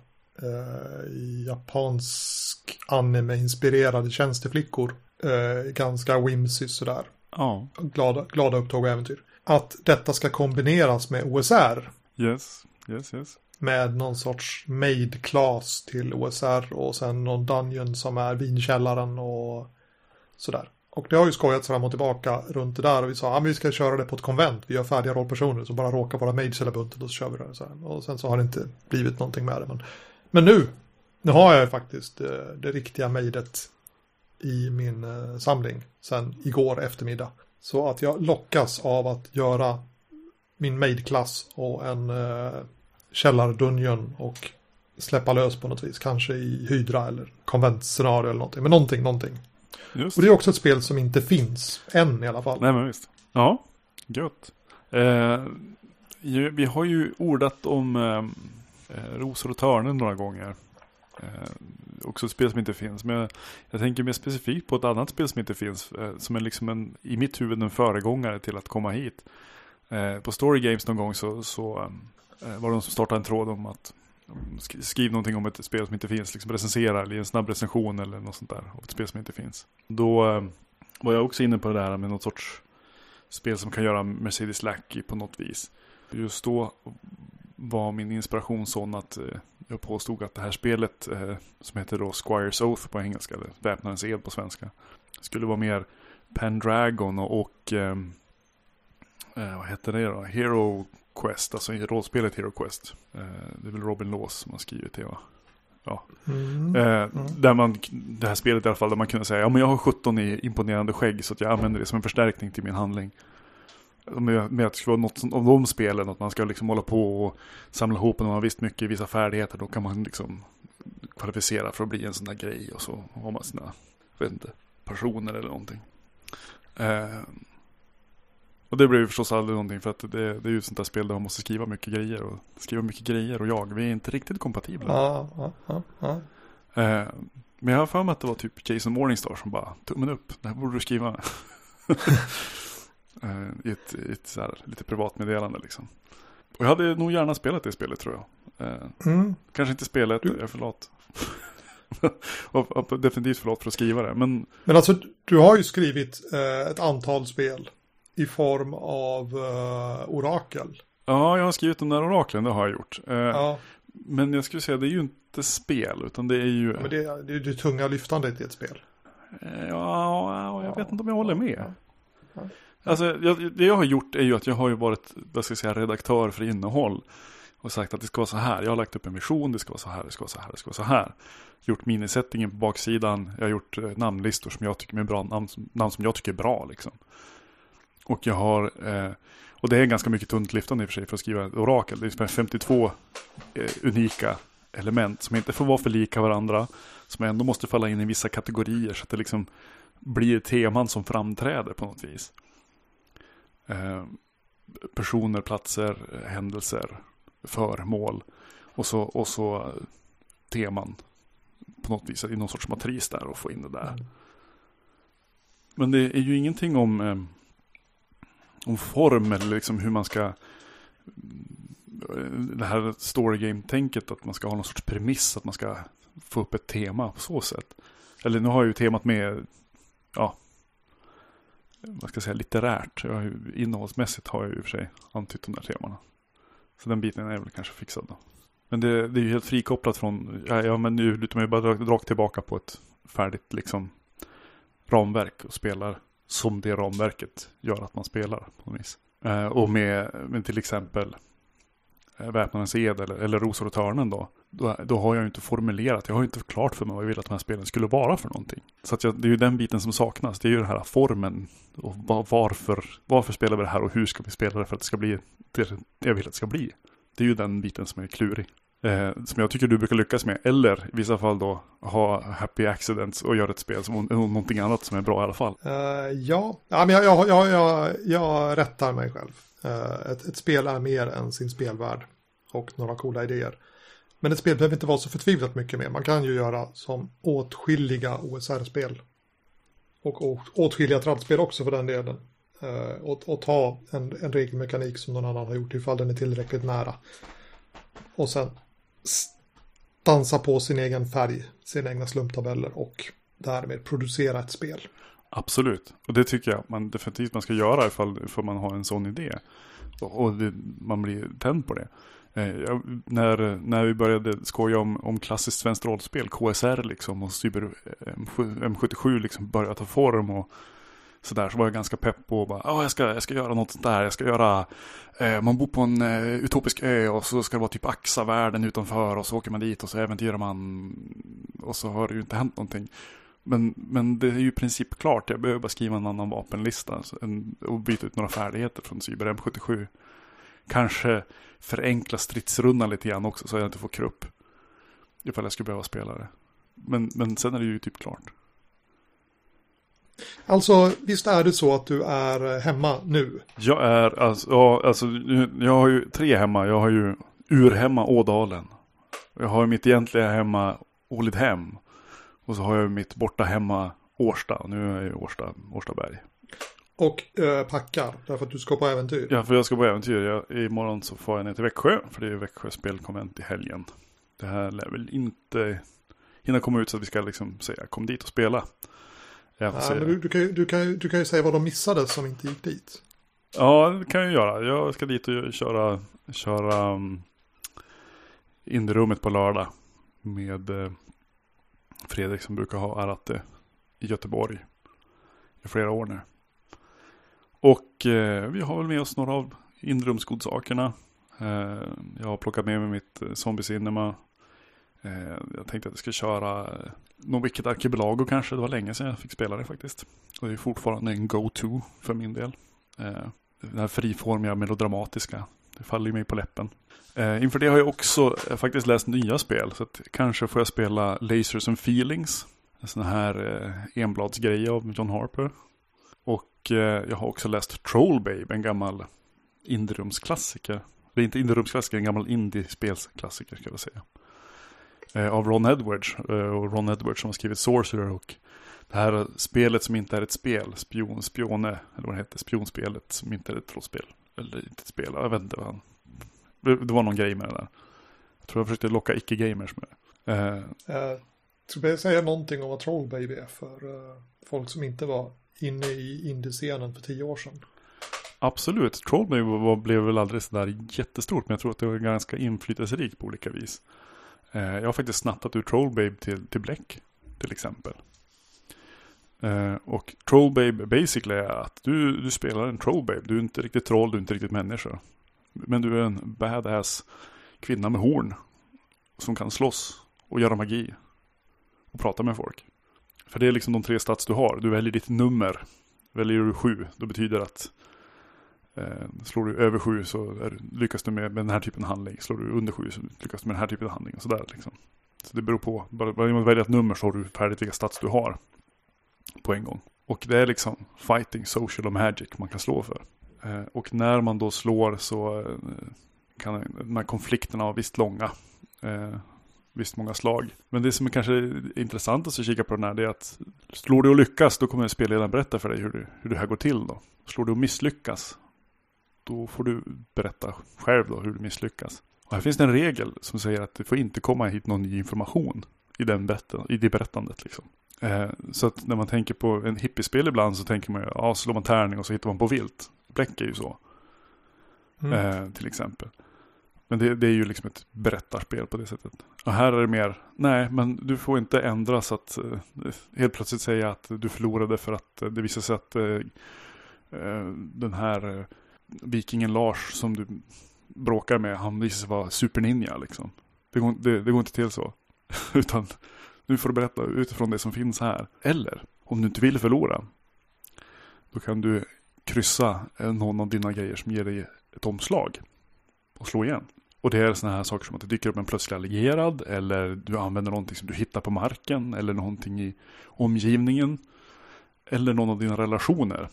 japansk anime-inspirerade tjänsteflickor. Ganska whimsy sådär. Oh. Glada upptåg och äventyr. Att detta ska kombineras med OSR. Yes. Med någon sorts Made-class till OSR och sen någon dungeon som är vinkällaren och sådär. Och det har ju skojats fram och tillbaka runt det där och vi sa att vi ska köra det på ett konvent. Vi har färdiga rollpersoner som bara råkar vara maids hela bunten och så kör vi det. Så här. Och sen så har det inte blivit någonting med det. Men nu har jag faktiskt det riktiga maidet i min samling sen igår eftermiddag. Så att jag lockas av att göra min maid-klass och en källardungeon och släppa lös på något vis. Kanske i Hydra eller konventscenario eller någonting. Men någonting. Just. Och det är också ett spel som inte finns än i alla fall. Nej men visst. Ja, gött. Vi har ju ordat om Rosor och Törnen några gånger. Också ett spel som inte finns. Men jag tänker mer specifikt på ett annat spel som inte finns. Som är liksom i mitt huvud en föregångare till att komma hit. På Story Games någon gång så var det någon som startade en tråd om att skriv någonting om ett spel som inte finns, liksom recensera eller en snabb recension eller något sånt där av ett spel som inte finns. Då var jag också inne på det här med något sorts spel som kan göra Mercedes Lackey på något vis. Just då var min inspiration sån att jag påstod att det här spelet som heter då Squire's Oath på engelska, eller Väpnarens ed på svenska, skulle vara mer Pendragon och vad heter det då? Hero Quest, alltså rollspelet Hero Quest. Det är väl Robin Laws som har skrivit det, va? Ja. Där det här spelet i alla fall, där man kunde säga, ja men jag har 17 i imponerande skägg så att jag använder det som en förstärkning till min handling. Med att det ska vara något av de spelen, att man ska liksom hålla på och samla ihop när man har visst mycket i vissa färdigheter, då kan man liksom kvalificera för att bli en sån där grej och så har man sina, jag vet inte, personer eller någonting. Och det blir ju förstås aldrig någonting, för att det är ju ett sånt där spel där man måste skriva mycket grejer och vi är inte riktigt kompatibla. Men jag har för mig att det var typ Jason Morningstar som bara tummen upp, det här borde du skriva. I ett så här, lite privat meddelande liksom. Och jag hade nog gärna spelat det spelet, tror jag. Kanske inte spelet, jag är förlåt. och definitivt förlåt för att skriva det. Men alltså, du har ju skrivit ett antal spel i form av orakel. Ja, jag har skrivit de där oraklen, det har jag gjort. Ja. Men jag skulle säga, det är ju inte spel, utan det är ju... Men det är det tunga lyftandet i ett spel. Ja, jag vet inte om jag håller med. Alltså, det jag har gjort är ju att jag har ju varit, vad ska jag säga, redaktör för innehåll och sagt att det ska vara så här. Jag har lagt upp en vision, det ska vara så här, det ska vara så här, det ska vara så här. Gjort minisättningen på baksidan, jag har gjort namnlistor som jag tycker är bra, namn som jag tycker är bra liksom. Och jag har, och det är ganska mycket tunt lyftande i och för sig för att skriva ett orakel. Det är 52 unika element som inte får vara för lika varandra, som ändå måste falla in i vissa kategorier så att det liksom blir teman som framträder på något vis. Personer, platser, händelser, föremål och så teman på något vis, i någon sorts matris där och få in det där. Men det är ju ingenting om form eller liksom hur man ska, det här storygame-tänket att man ska ha någon sorts premiss, att man ska få upp ett tema på så sätt. Eller nu har jag ju temat med, ja, vad ska jag säga, litterärt. Innehållsmässigt har jag ju i och för sig antytt de där temana. Så den biten är väl kanske fixad då. Men det är ju helt frikopplat från, men nu lutar man ju bara rakt tillbaka på ett färdigt liksom ramverk och spelar som det ramverket gör att man spelar på något vis. Och med till exempel Väpnarens ed eller Rosor och Törnen då har jag ju inte formulerat, jag har ju inte förklarat för mig vad jag vill att de här spelen skulle vara för någonting. Så att det är ju den biten som saknas, det är ju den här formen och varför spelar vi det här och hur ska vi spela det för att det ska bli det jag vill att det ska bli. Det är ju den biten som är klurig. Som jag tycker du brukar lyckas med, eller i vissa fall då ha happy accidents och göra ett spel som någonting annat som är bra i alla fall. Men jag rättar mig själv. Ett spel är mer än sin spelvärld och några coola idéer. Men ett spel behöver inte vara så förtvivlat mycket mer. Man kan ju göra som åtskilliga OSR-spel och åtskilliga traddspel också för den delen. Och ta en regelmekanik som någon annan har gjort ifall den är tillräckligt nära. Och sen dansa på sin egen färg, sina egna slumptabeller och därmed producera ett spel. Absolut, och det tycker jag man definitivt man ska göra ifall man har en sån idé. Och man blir tänd på det. När vi började skoja om klassiskt svenskt rollspel, KSR liksom, och Cyber M77 liksom började ta form och sådär, så var jag ganska pepp på och bara, jag ska göra något sånt där. Jag ska göra, man bor på en utopisk ö och så ska det vara typ Axa-världen utanför och så åker man dit och så äventyrar man och så har det ju inte hänt någonting. Men det är ju i princip klart. Jag behöver bara skriva en annan vapenlista och byta ut några färdigheter från Cyber M77. Kanske förenkla stridsrundan lite grann också så jag inte får krupp ifall jag skulle behöva spela det. Men sen är det ju typ klart. Alltså, visst är det så att du är hemma nu? Jag är, jag har ju 3 hemma. Jag har ju Urhemma Ådalen. Jag har mitt egentliga hemma Ålidhem. Och så har jag mitt borta hemma Årsta. Och nu är jag i Årstaberg. Och packar, därför att du ska på äventyr. Ja, för jag ska på äventyr. Imorgon så får jag ner till Växjö, för det är Växjö spelkonvent i helgen. Det här lär väl inte hinna komma ut så att vi ska liksom säga kom dit och spela. Men du kan ju säga vad de missade som inte gick dit. Ja, det kan jag göra. Jag ska dit och köra Indie-rummet på lördag med Fredrik som brukar ha Arate i Göteborg i flera år nu. Och vi har väl med oss några av Indie-rumsgodsakerna. Jag har plockat med mig mitt Zombie Cinema. Jag tänkte att jag ska köra något vilket Archipelago kanske. Det var länge sedan jag fick spela det faktiskt. Och det är fortfarande en go-to för min del. Den här friformiga, melodramatiska. Det faller ju mig på läppen. Inför det har jag också faktiskt läst nya spel. Så att kanske får jag spela Lasers and Feelings. En sån här enbladsgrej av John Harper. Och jag har också läst Troll Babe, en gammal indie-rumsklassiker. Det är inte indie-rumsklassiker, en gammal indie-spelsklassiker ska jag säga. Av Ron Edwards. Och Ron Edwards som har skrivit Sorcerer och det här spelet som inte är ett spel. Spione, eller vad det heter. Spionspelet som inte är ett rollspel. Eller inte ett spel, jag vet inte vad han... Det var någon grej med det där. Jag tror jag försökte locka icke-gamers med det. Ska jag säga någonting om vad Troll Baby är för folk som inte var inne i indie-scenen för 10 år sedan? Absolut. Troll Baby blev väl aldrig sådär jättestort, men jag tror att det var ganska inflytelserikt på olika vis. Jag har faktiskt snattat ur Troll Babe till Bläck till exempel. Och Troll Babe basically är att du spelar en Troll Babe. Du är inte riktigt troll, du är inte riktigt människa. Men du är en badass kvinna med horn som kan slåss och göra magi och prata med folk. För det är liksom de 3 stats du har. Du väljer ditt nummer. Väljer du 7, då betyder det att slår du över 7 så lyckas du med den här typen av handling. Slår du under 7 så lyckas du med den här typen av handling och sådär liksom. Så det beror på. Bara genom att välja ett nummer så har du färdigt vilka stats du har på en gång. Och det är liksom fighting, social och magic man kan slå för. Och när man då slår så kan de här konflikterna vara visst långa. Visst många slag. Men det som är kanske intressant att kika på den här, det är att slår du och lyckas, då kommer spelledaren berätta för dig hur det här går till då. Slår du och misslyckas, då får du berätta själv då hur du misslyckas. Och här finns det en regel som säger att det får inte komma hit någon ny information i det berättandet liksom. Så att när man tänker på en hippiespel ibland så tänker man ju, slår man tärning och så hittar man på vilt. Bläck är ju så. Till exempel. Men det är ju liksom ett berättarspel på det sättet. Och här är det mer, nej men du får inte ändra så att helt plötsligt säga att du förlorade för att det visar sig att den här vikingen Lars som du bråkar med, han visar sig vara superninja liksom. Det går inte till så. Utan nu får du berätta utifrån det som finns här. Eller om du inte vill förlora, då kan du kryssa någon av dina grejer som ger dig ett omslag och slå igen. Och det är såna här saker som att det dyker upp en plötslig allierad, eller du använder någonting som du hittar på marken, eller någonting i omgivningen, eller någon av dina relationer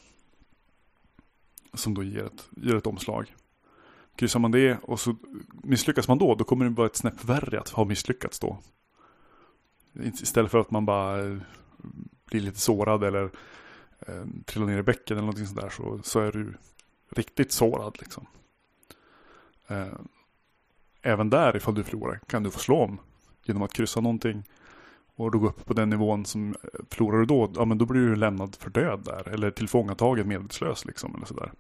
som då ger ett omslag. Kryssar man det och så misslyckas man då kommer det vara ett snäpp värre att ha misslyckats då. Istället för att man bara blir lite sårad eller trillar ner i bäcken eller någonting sådär, så är du riktigt sårad liksom. Även där, ifall du förlorar, kan du få slå om genom att kryssa någonting och då gå upp på den nivån som förlorar du då, ja men då blir du lämnad för död där eller tillfångatagen medvetslös liksom eller sådär.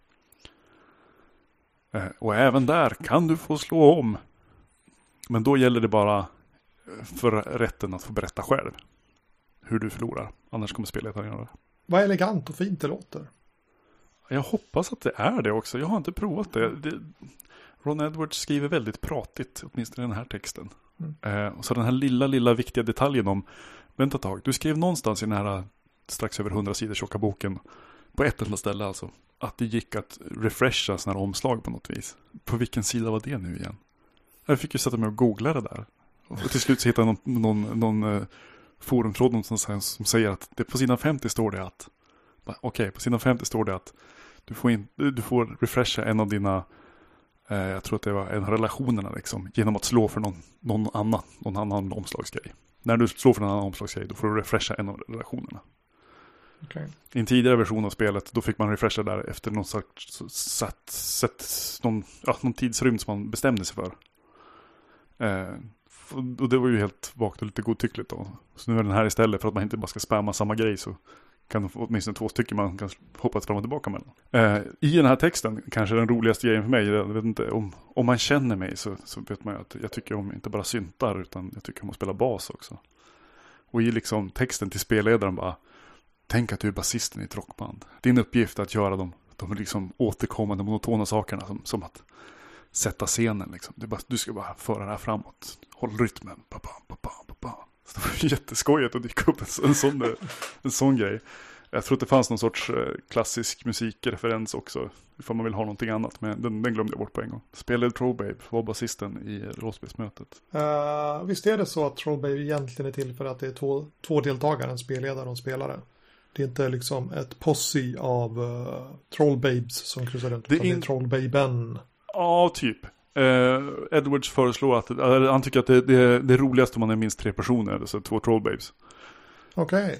Och även där kan du få slå om, men då gäller det bara för rätten att få berätta själv hur du förlorar, annars kommer spelet att göra det. Vad elegant och fint det låter. Jag hoppas att det är det också. Jag har inte provat det. Ron Edwards skriver väldigt pratigt, åtminstone i den här texten. Och så den här lilla viktiga detaljen om, vänta ett tag, du skrev någonstans i den här strax över 100 sidor tjocka boken, på ett enda ställe alltså, att det gick att refresha sådana här omslag på något vis. På vilken sida var det nu igen? Jag fick ju sätta mig och googla det där. Och till slut så hittade jag någon forumtråd som säger att det på sidan 50 står det att på sidan 50 står det att du får refresha en av dina jag tror att det var en av relationerna liksom, genom att slå för någon annan omslagsgrej. När du slår för en annan omslagsgrej, då får du refresha en av relationerna. Okay. I en tidigare version av spelet, då fick man refresha där efter någon någon tidsrymd som man bestämde sig för. Och det var ju helt vagt och lite godtyckligt då. Så nu är den här istället, för att man inte bara ska spamma samma grej, så kan de få åtminstone 2 stycken man kan hoppa fram och tillbaka mellan. I den här texten, kanske den roligaste grejen för mig, jag vet inte, om man känner mig så vet man ju att jag tycker om inte bara syntar, utan jag tycker om att spela bas också. Och i liksom texten till spelledaren bara: tänk att du är basisten i ett rockband. Din uppgift är att göra de liksom återkommande monotona sakerna som att sätta scenen liksom. Du ska bara föra det här framåt. Håll rytmen. Så det var jätteskojigt att dyka upp en sån grej. Jag tror att det fanns någon sorts klassisk musikreferens också, ifall man vill ha någonting annat, men den glömde jag bort på en gång. Spelade Trollbabe, var basisten i rollspelsmötet. Visst är det så att Trollbabe egentligen är till för att det är två deltagare, en spelledare och en spelare? Det är inte liksom ett posse av Trollbabes som kryssar runt, utan det är Trollbaben. Ja, typ. Edwards föreslår att han tycker att det är roligast om man är minst 3 personer, alltså 2 Trollbabes. Okej.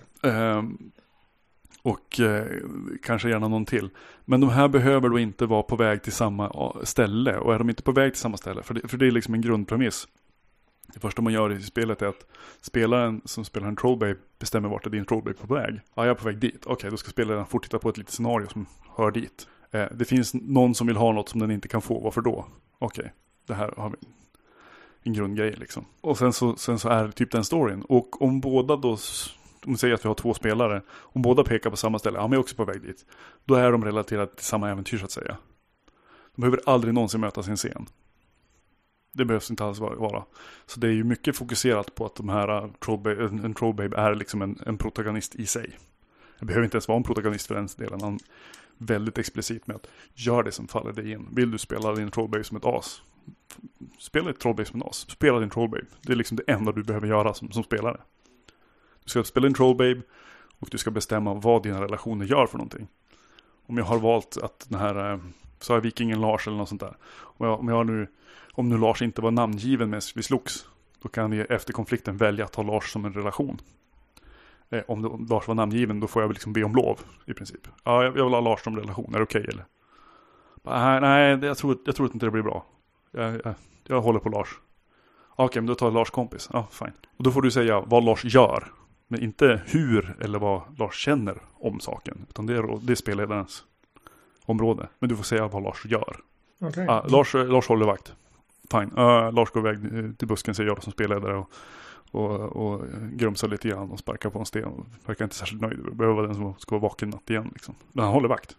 Och kanske gärna någon till. Men de här behöver då inte vara på väg till samma ställe. Och är de inte på väg till samma ställe, för det är liksom en grundpremiss. Det första man gör i spelet är att spelaren som spelar en Trollbabe bestämmer vart är din Trollbabe på väg. Ja, jag är på väg dit. Okej, då ska spelaren fort titta på ett litet scenario som hör dit. Det finns någon som vill ha något som den inte kan få. Varför då? Okej, det här har vi en grundgrej liksom. Och sen så är det typ den storyn. Och om båda då, om vi säger att vi har 2 spelare, om båda pekar på samma ställe, ja men jag är också på väg dit, då är de relaterade till samma äventyr så att säga. De behöver aldrig någonsin möta sin scen. Det behövs inte alls vara. Så det är ju mycket fokuserat på att de här en Trollbabe är liksom en protagonist i sig. Det behöver inte ens vara en protagonist för den delen. Han är väldigt explicit med att gör det som faller dig in. Vill du spela din Trollbabe som ett as? Spela ett Trollbabe som en as. Spela din Trollbabe. Det är liksom det enda du behöver göra som spelare. Du ska spela en Trollbabe och du ska bestämma vad dina relationer gör för någonting. Om jag har valt att den här så är vikingen Lars eller något sånt där. Om nu Lars inte var namngiven med vi slogs, då kan vi efter konflikten välja att ha Lars som en relation. Om Lars var namngiven, då får jag liksom be om lov i princip. Ja, jag vill ha Lars som relation. Är det okej eller? Nej, jag tror att inte det blir bra. Jag håller på Lars. Okej, men då tar jag Lars kompis. Ja, fine. Och då får du säga vad Lars gör. Men inte hur eller vad Lars känner om saken. Utan det är spelledarens område. Men du får säga vad Lars gör. Okay. Lars håller vakt. Fine. Lars går iväg till busken, säger jag som spelledare och grumsar lite grann och sparkar på en sten. Och verkar inte särskilt nöjd. Det behöver vara den som ska vara vaken natt igen. Liksom. Men han håller vakt.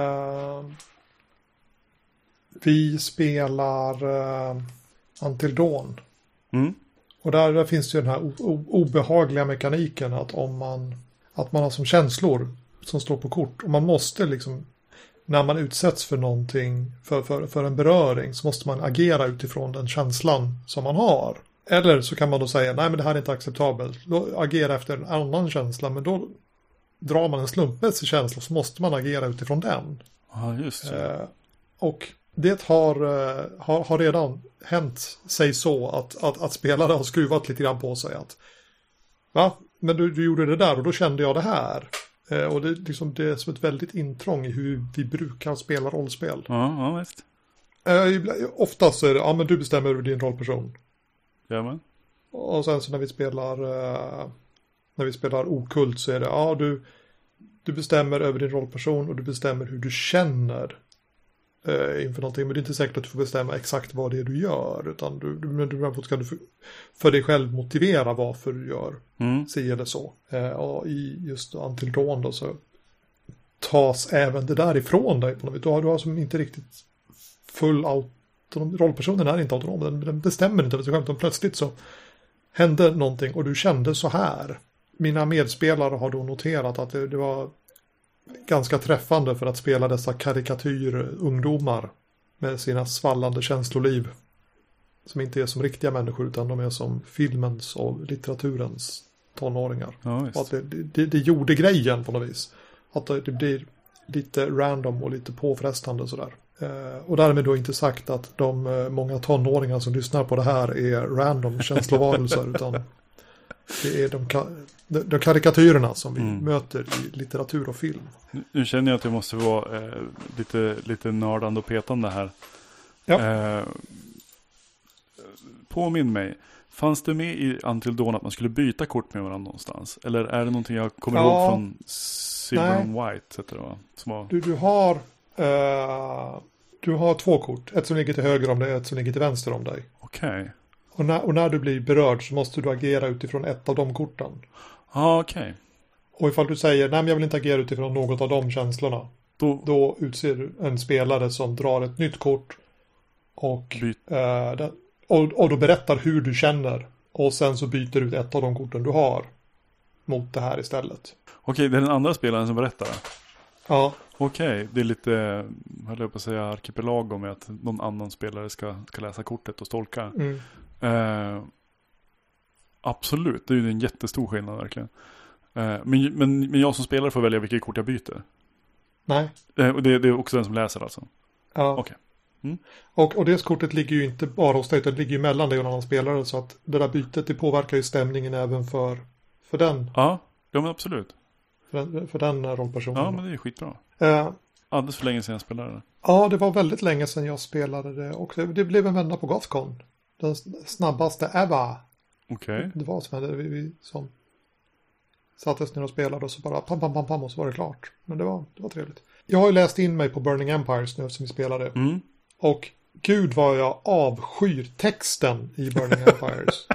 Vi spelar Until Dawn. Mm. Och där finns ju den här obehagliga mekaniken att att man har som känslor som står på kort. Och man måste liksom, när man utsätts för någonting, för en beröring, så måste man agera utifrån den känslan som man har. Eller så kan man då säga, nej men det här är inte acceptabelt. Då agera efter en annan känsla, men då drar man en slumpmässig känsla, så måste man agera utifrån den. Ja, just det. Och det har redan hänt sig så att spelare har skruvat lite grann på sig att men du gjorde det där och då kände jag det här. Och det är som ett väldigt intrång i hur vi brukar spela rollspel. Ja, visst. Oftast är det, men du bestämmer över din rollperson. Jamen. Och sen så när vi spelar okult så är det, du bestämmer över din rollperson och du bestämmer hur du känner inför någonting, men det är inte säkert att du får bestämma exakt vad det är du gör, utan du ska för dig själv motivera varför du gör si eller så. Och i just Until Dawn då så tas även det där ifrån dig på något vis. Du har som inte riktigt full autonom. Rollpersonen är inte autonom, den bestämmer inte över sig själv, utan plötsligt så hände någonting och du kände så här. Mina medspelare har då noterat att det var ganska träffande för att spela dessa karikatyrungdomar med sina svallande känsloliv, som inte är som riktiga människor utan de är som filmens och litteraturens tonåringar. Ja, och att det gjorde grejen på något vis. Att det blir lite random och lite påfrestande sådär. Och därmed då inte sagt att de många tonåringar som lyssnar på det här är random känslovarelser utan Det är de karikatyrerna som vi möter i litteratur och film. Nu känner jag att jag måste vara lite nördande och petande här. Ja. Påminn mig. Fanns det med i Until Dawn att man skulle byta kort med varandra någonstans? Eller är det någonting jag kommer ihåg från Silver and White? Heter det, va? Som var... Du har 2 kort. Ett som ligger till höger om dig och ett som ligger till vänster om dig. Okej. Och när du blir berörd så måste du agera utifrån ett av de korten. Okej. Och ifall du säger, nej men jag vill inte agera utifrån något av de känslorna. Då utser du en spelare som drar ett nytt kort. Och då berättar hur du känner. Och sen så byter du ut ett av de korten du har mot det här istället. Okej, det är den andra spelaren som berättar? Ja. Okej, det är lite, höll jag på att säga, arkipelag med att någon annan spelare ska läsa kortet och tolka. Absolut, det är ju en jättestor skillnad verkligen. Men jag som spelare får välja vilket kort jag byter? Nej. Och det är också den som läser alltså? Ja. Okej. Och det kortet ligger ju inte bara hos dig, utan det ligger ju mellan dig och en annan spelare, så att det där bytet, det påverkar ju stämningen även för den. Ja men absolut. För den rollpersonen. Ja, men det är skitbra. Alldeles för länge sedan jag spelade det. Ja, det var väldigt länge sedan jag spelade det. Och det blev en vända på Gothcon. Den snabbaste ever. Okej. Det var som vi som sattes ner och spelade och så bara pam och så var det klart. Men det var trevligt. Jag har ju läst in mig på Burning Empires nu som vi spelade. Och gud vad jag avskyr texten i Burning Empires.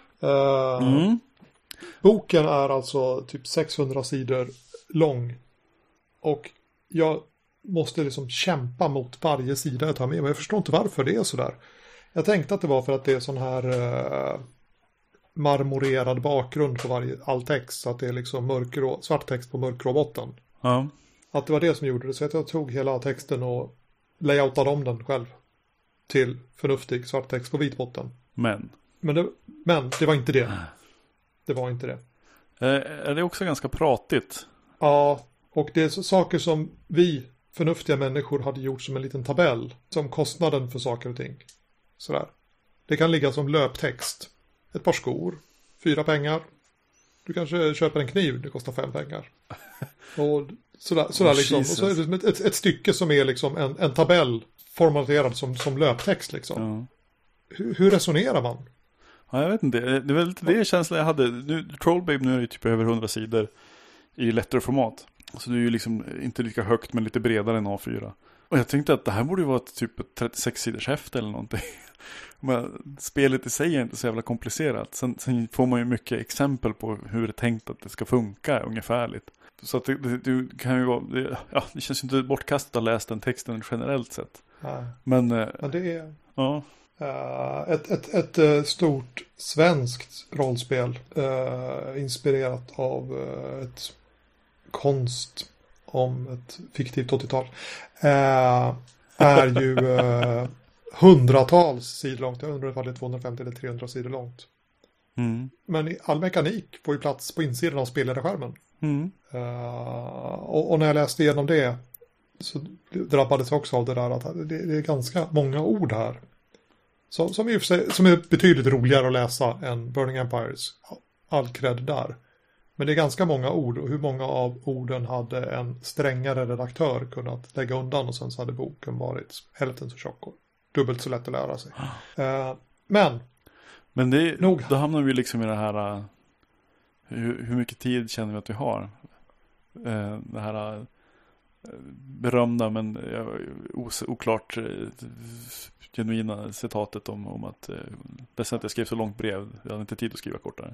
Boken är alltså typ 600 sidor lång. Och jag måste liksom kämpa mot varje sida jag tar med. Men jag förstår inte varför det är sådär. Jag tänkte att det var för att det är sån här marmorerad bakgrund på all text. Så att det är liksom svart text på mörkgrå botten. Ja. Att det var det som gjorde det. Så att jag tog hela texten och layoutade om den själv. Till förnuftig svart text på vit botten. Men det var inte det. Det var inte det. Är det också ganska pratigt? Ja, och det är saker som vi förnuftiga människor hade gjort som en liten tabell. Som kostnaden för saker och ting. Sådär. Det kan ligga som löptext. Ett par skor. 4 pengar. Du kanske köper en kniv. Det kostar 5 pengar. Och sådär liksom. Och så är det som ett stycke som är liksom en tabell formaterad som löptext liksom. Ja. Hur resonerar man? Ja, jag vet inte. Det var lite det känslan jag hade. Trollbabe nu är ju typ över 100 sidor i lättare format. Så det är ju liksom inte lika högt men lite bredare än A4. Och jag tänkte att det här borde ju vara typ ett 36 sidors häfte eller någonting. Men spelet i sig är inte så jävla komplicerat. Sen får man ju mycket exempel på hur det är tänkt att det ska funka ungefärligt. Så att det kan ju vara... Det känns ju inte bortkastat att ha läst den texten generellt sett. Nej. Men det är... Ja. Ett stort svenskt rollspel inspirerat av ett konst om ett fiktivt 80-tal är ju hundratals sidor långt. Jag undrar ifall det är 250 eller 300 sidor långt. Men all mekanik får ju plats på insidan av spelledarskärmen. Och när jag läste igenom det så drabbades jag också av det där att det är ganska många ord här. Som är betydligt roligare att läsa än Burning Empires. All cred där. Men det är ganska många ord. Och hur många av orden hade en strängare redaktör kunnat lägga undan. Och sen så hade boken varit hälften så tjock. Och dubbelt så lätt att lära sig. Men det, då hamnar vi liksom i det här... Hur mycket tid känner vi att vi har? Det här berömda men oklart... genuina citatet om att ledsen att jag skrev så långt brev. Jag hade inte tid att skriva kortare.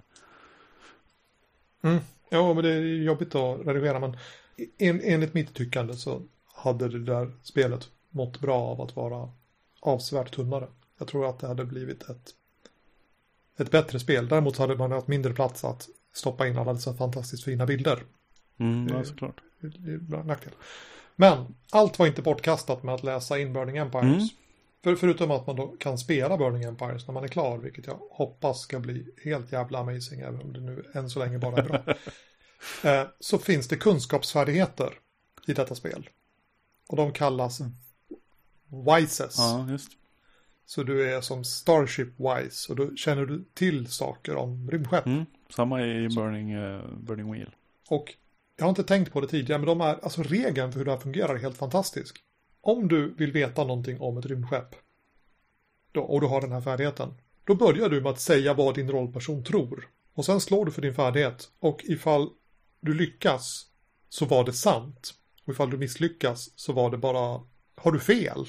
Ja, men det är jobbigt att redigera. Men enligt mitt tyckande så hade det där spelet mått bra av att vara avsevärt tunnare. Jag tror att det hade blivit ett bättre spel. Däremot hade man haft mindre plats att stoppa in alla dessa fantastiskt fina bilder. Ja, såklart. Det är bra nackdel. Men allt var inte bortkastat med att läsa in Burning Empires. Förutom att man då kan spela Burning Empires när man är klar, vilket jag hoppas ska bli helt jävla amazing, även om det nu än så länge bara är bra. Så finns det kunskapsfärdigheter i detta spel. Och de kallas Wises. Ja, just. Så du är som Starship Wise och då känner du till saker om rymdskepp. Samma i Burning Wheel. Och jag har inte tänkt på det tidigare, men alltså regeln för hur det här fungerar är helt fantastisk. Om du vill veta någonting om ett rymdskepp och du har den här färdigheten, då börjar du med att säga vad din rollperson tror. Och sen slår du för din färdighet. Och ifall du lyckas så var det sant. Och ifall du misslyckas så var det bara, har du fel?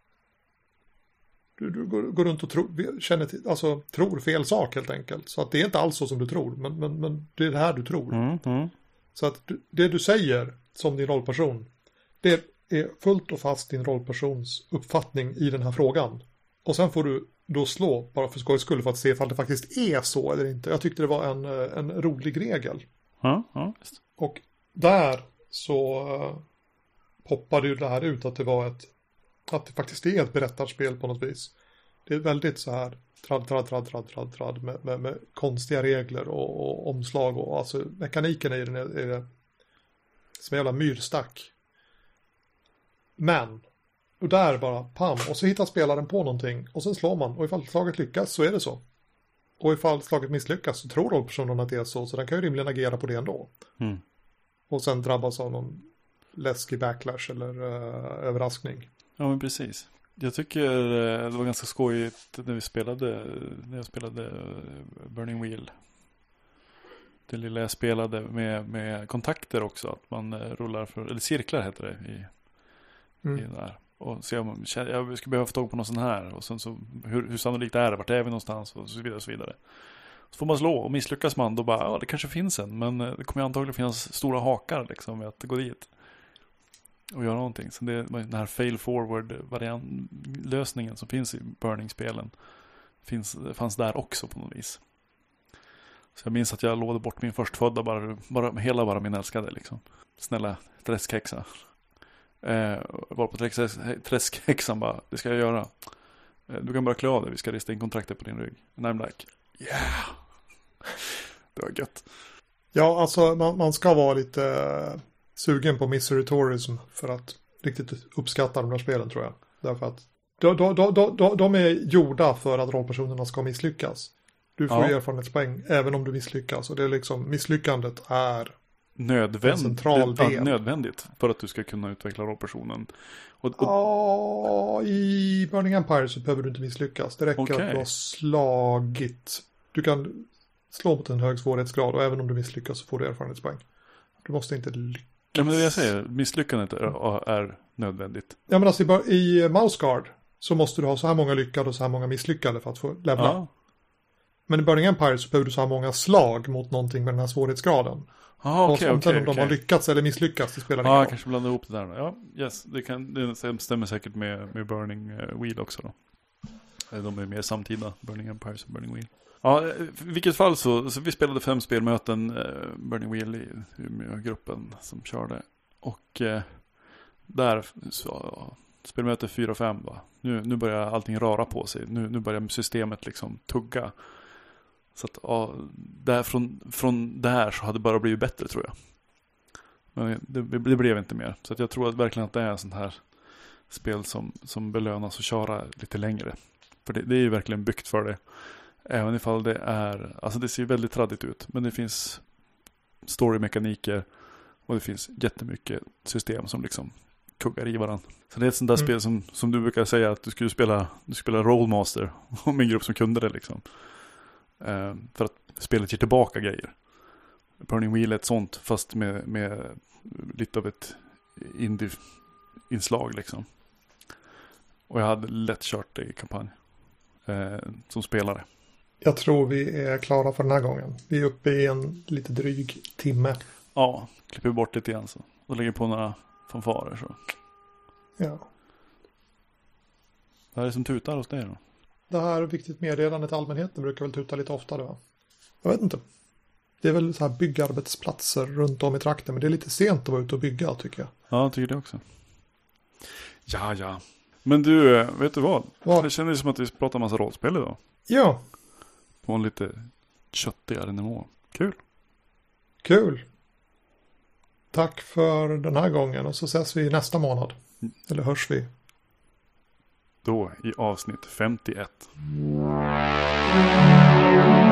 Du går runt och tror fel sak helt enkelt. Så att det är inte alls så som du tror, men det är det här du tror. Så att det du säger som din rollperson, det är fullt och fast din rollpersons uppfattning i den här frågan. Och sen får du då slå, bara för skojs skull, för att se ifall det faktiskt är så eller inte. Jag tyckte det var en rolig regel. Ja, visst. Och där så poppade ju det här ut att det var att det faktiskt är ett berättarspel på något vis. Det är väldigt så här tradd med konstiga regler och omslag och alltså mekaniken i den är som en jävla myrstack. Men och där bara pam och så hittar spelaren på någonting och sen slår man och ifall slaget lyckas så är det så. Och ifall slaget misslyckas så tror rollpersonen att det är så den kan ju rimligen agera på det ändå. Och sen drabbas av någon läskig backlash eller överraskning. Ja, men precis. Jag tycker det var ganska skojigt när jag spelade Burning Wheel. Det lilla jag spelade med kontakter också, att man rullar eller cirklar heter det i där. Och se om jag skulle behöva få tag på någon sån här och sen så hur sannolikt är det, vart är vi någonstans och så vidare och så vidare. Så får man slå och misslyckas man då bara, det kanske finns en, men det kommer antagligen finnas stora hakar liksom med att gå dit och göra någonting. Så det är den här fail forward lösningen som finns i Burning-spelen fanns där också på något vis. Så jag minns att jag låde bort min förstfödda bara min älskade liksom. Snälla träskhäxa. Var på träskhäxan bara, det ska jag göra. Du kan bara klä av dig, vi ska rista in kontraktet på din rygg. And I'm like, yeah. Det var gött. Ja, alltså man ska vara lite sugen på Misery Tourism för att riktigt uppskatta de här spelen, tror jag. Därför att de är gjorda för att rollpersonerna ska misslyckas. Du får erfarenhetspoäng även om du misslyckas. Och det är liksom, misslyckandet är en central del. Nödvändigt för att du ska kunna utveckla rollpersonen. I Burning Empire så behöver du inte misslyckas. Det räcker att du har slagit. Du kan slå mot en hög svårighetsgrad och även om du misslyckas så får du erfarenhetspoäng. Du måste inte lyckas. Ja, men det jag säger, misslyckandet är nödvändigt. Ja, men alltså i Mouse Guard så måste du ha så här många lyckade och så här många misslyckade för att få levla. Ja. Men i Burning Empire så behöver du så här många slag mot någonting med den här svårighetsgraden. Om de har lyckats eller misslyckats, det spelar ingen roll. Ja, kanske blanda ihop det där. Ja, yes, det stämmer säkert med Burning Wheel också då. De är mer samtida, Burning Empire och Burning Wheel. Ja, i vilket fall så vi spelade 5 spelmöten Burning Wheel i gruppen som körde. Och där så spelmöte 4 och 5 va. Nu börjar allting röra på sig. Nu börjar systemet liksom tugga. Så att där från där så hade det bara blivit bättre, tror jag. Men det blev inte mer. Så att jag tror att verkligen att det är en sån här spel som belönas att köra lite längre. För det är ju verkligen byggt för det. Även ifall det är, alltså det ser väldigt traddigt ut. Men det finns storymekaniker och det finns jättemycket system som liksom kuggar i varandra. Så det är ett sånt där spel som du brukar säga att du skulle spela Rollmaster om en grupp som kunde det liksom. För att spelet ger tillbaka grejer. Burning Wheel är ett sånt, fast med lite av ett indie-inslag liksom. Och jag hade lätt kört det i kampanj som spelare. Jag tror vi är klara för den här gången. Vi är uppe i en lite dryg timme. Ja, klipper bort lite grann så. Och lägger på några fanfarer så. Ja. Vad är det som tutar hos dig då? Det här viktigt meddelande till allmänheten brukar väl tuta lite oftare, va? Jag vet inte. Det är väl så här byggarbetsplatser runt om i trakten, men det är lite sent att vara ute och bygga, tycker jag. Ja, jag tycker det också. Ja. Men du, vet du vad? Det kändes som att vi pratar massa rollspel idag. Ja. På en lite köttigare nivå. Kul. Tack för den här gången och så ses vi nästa månad. Eller hörs vi? Då i avsnitt 51.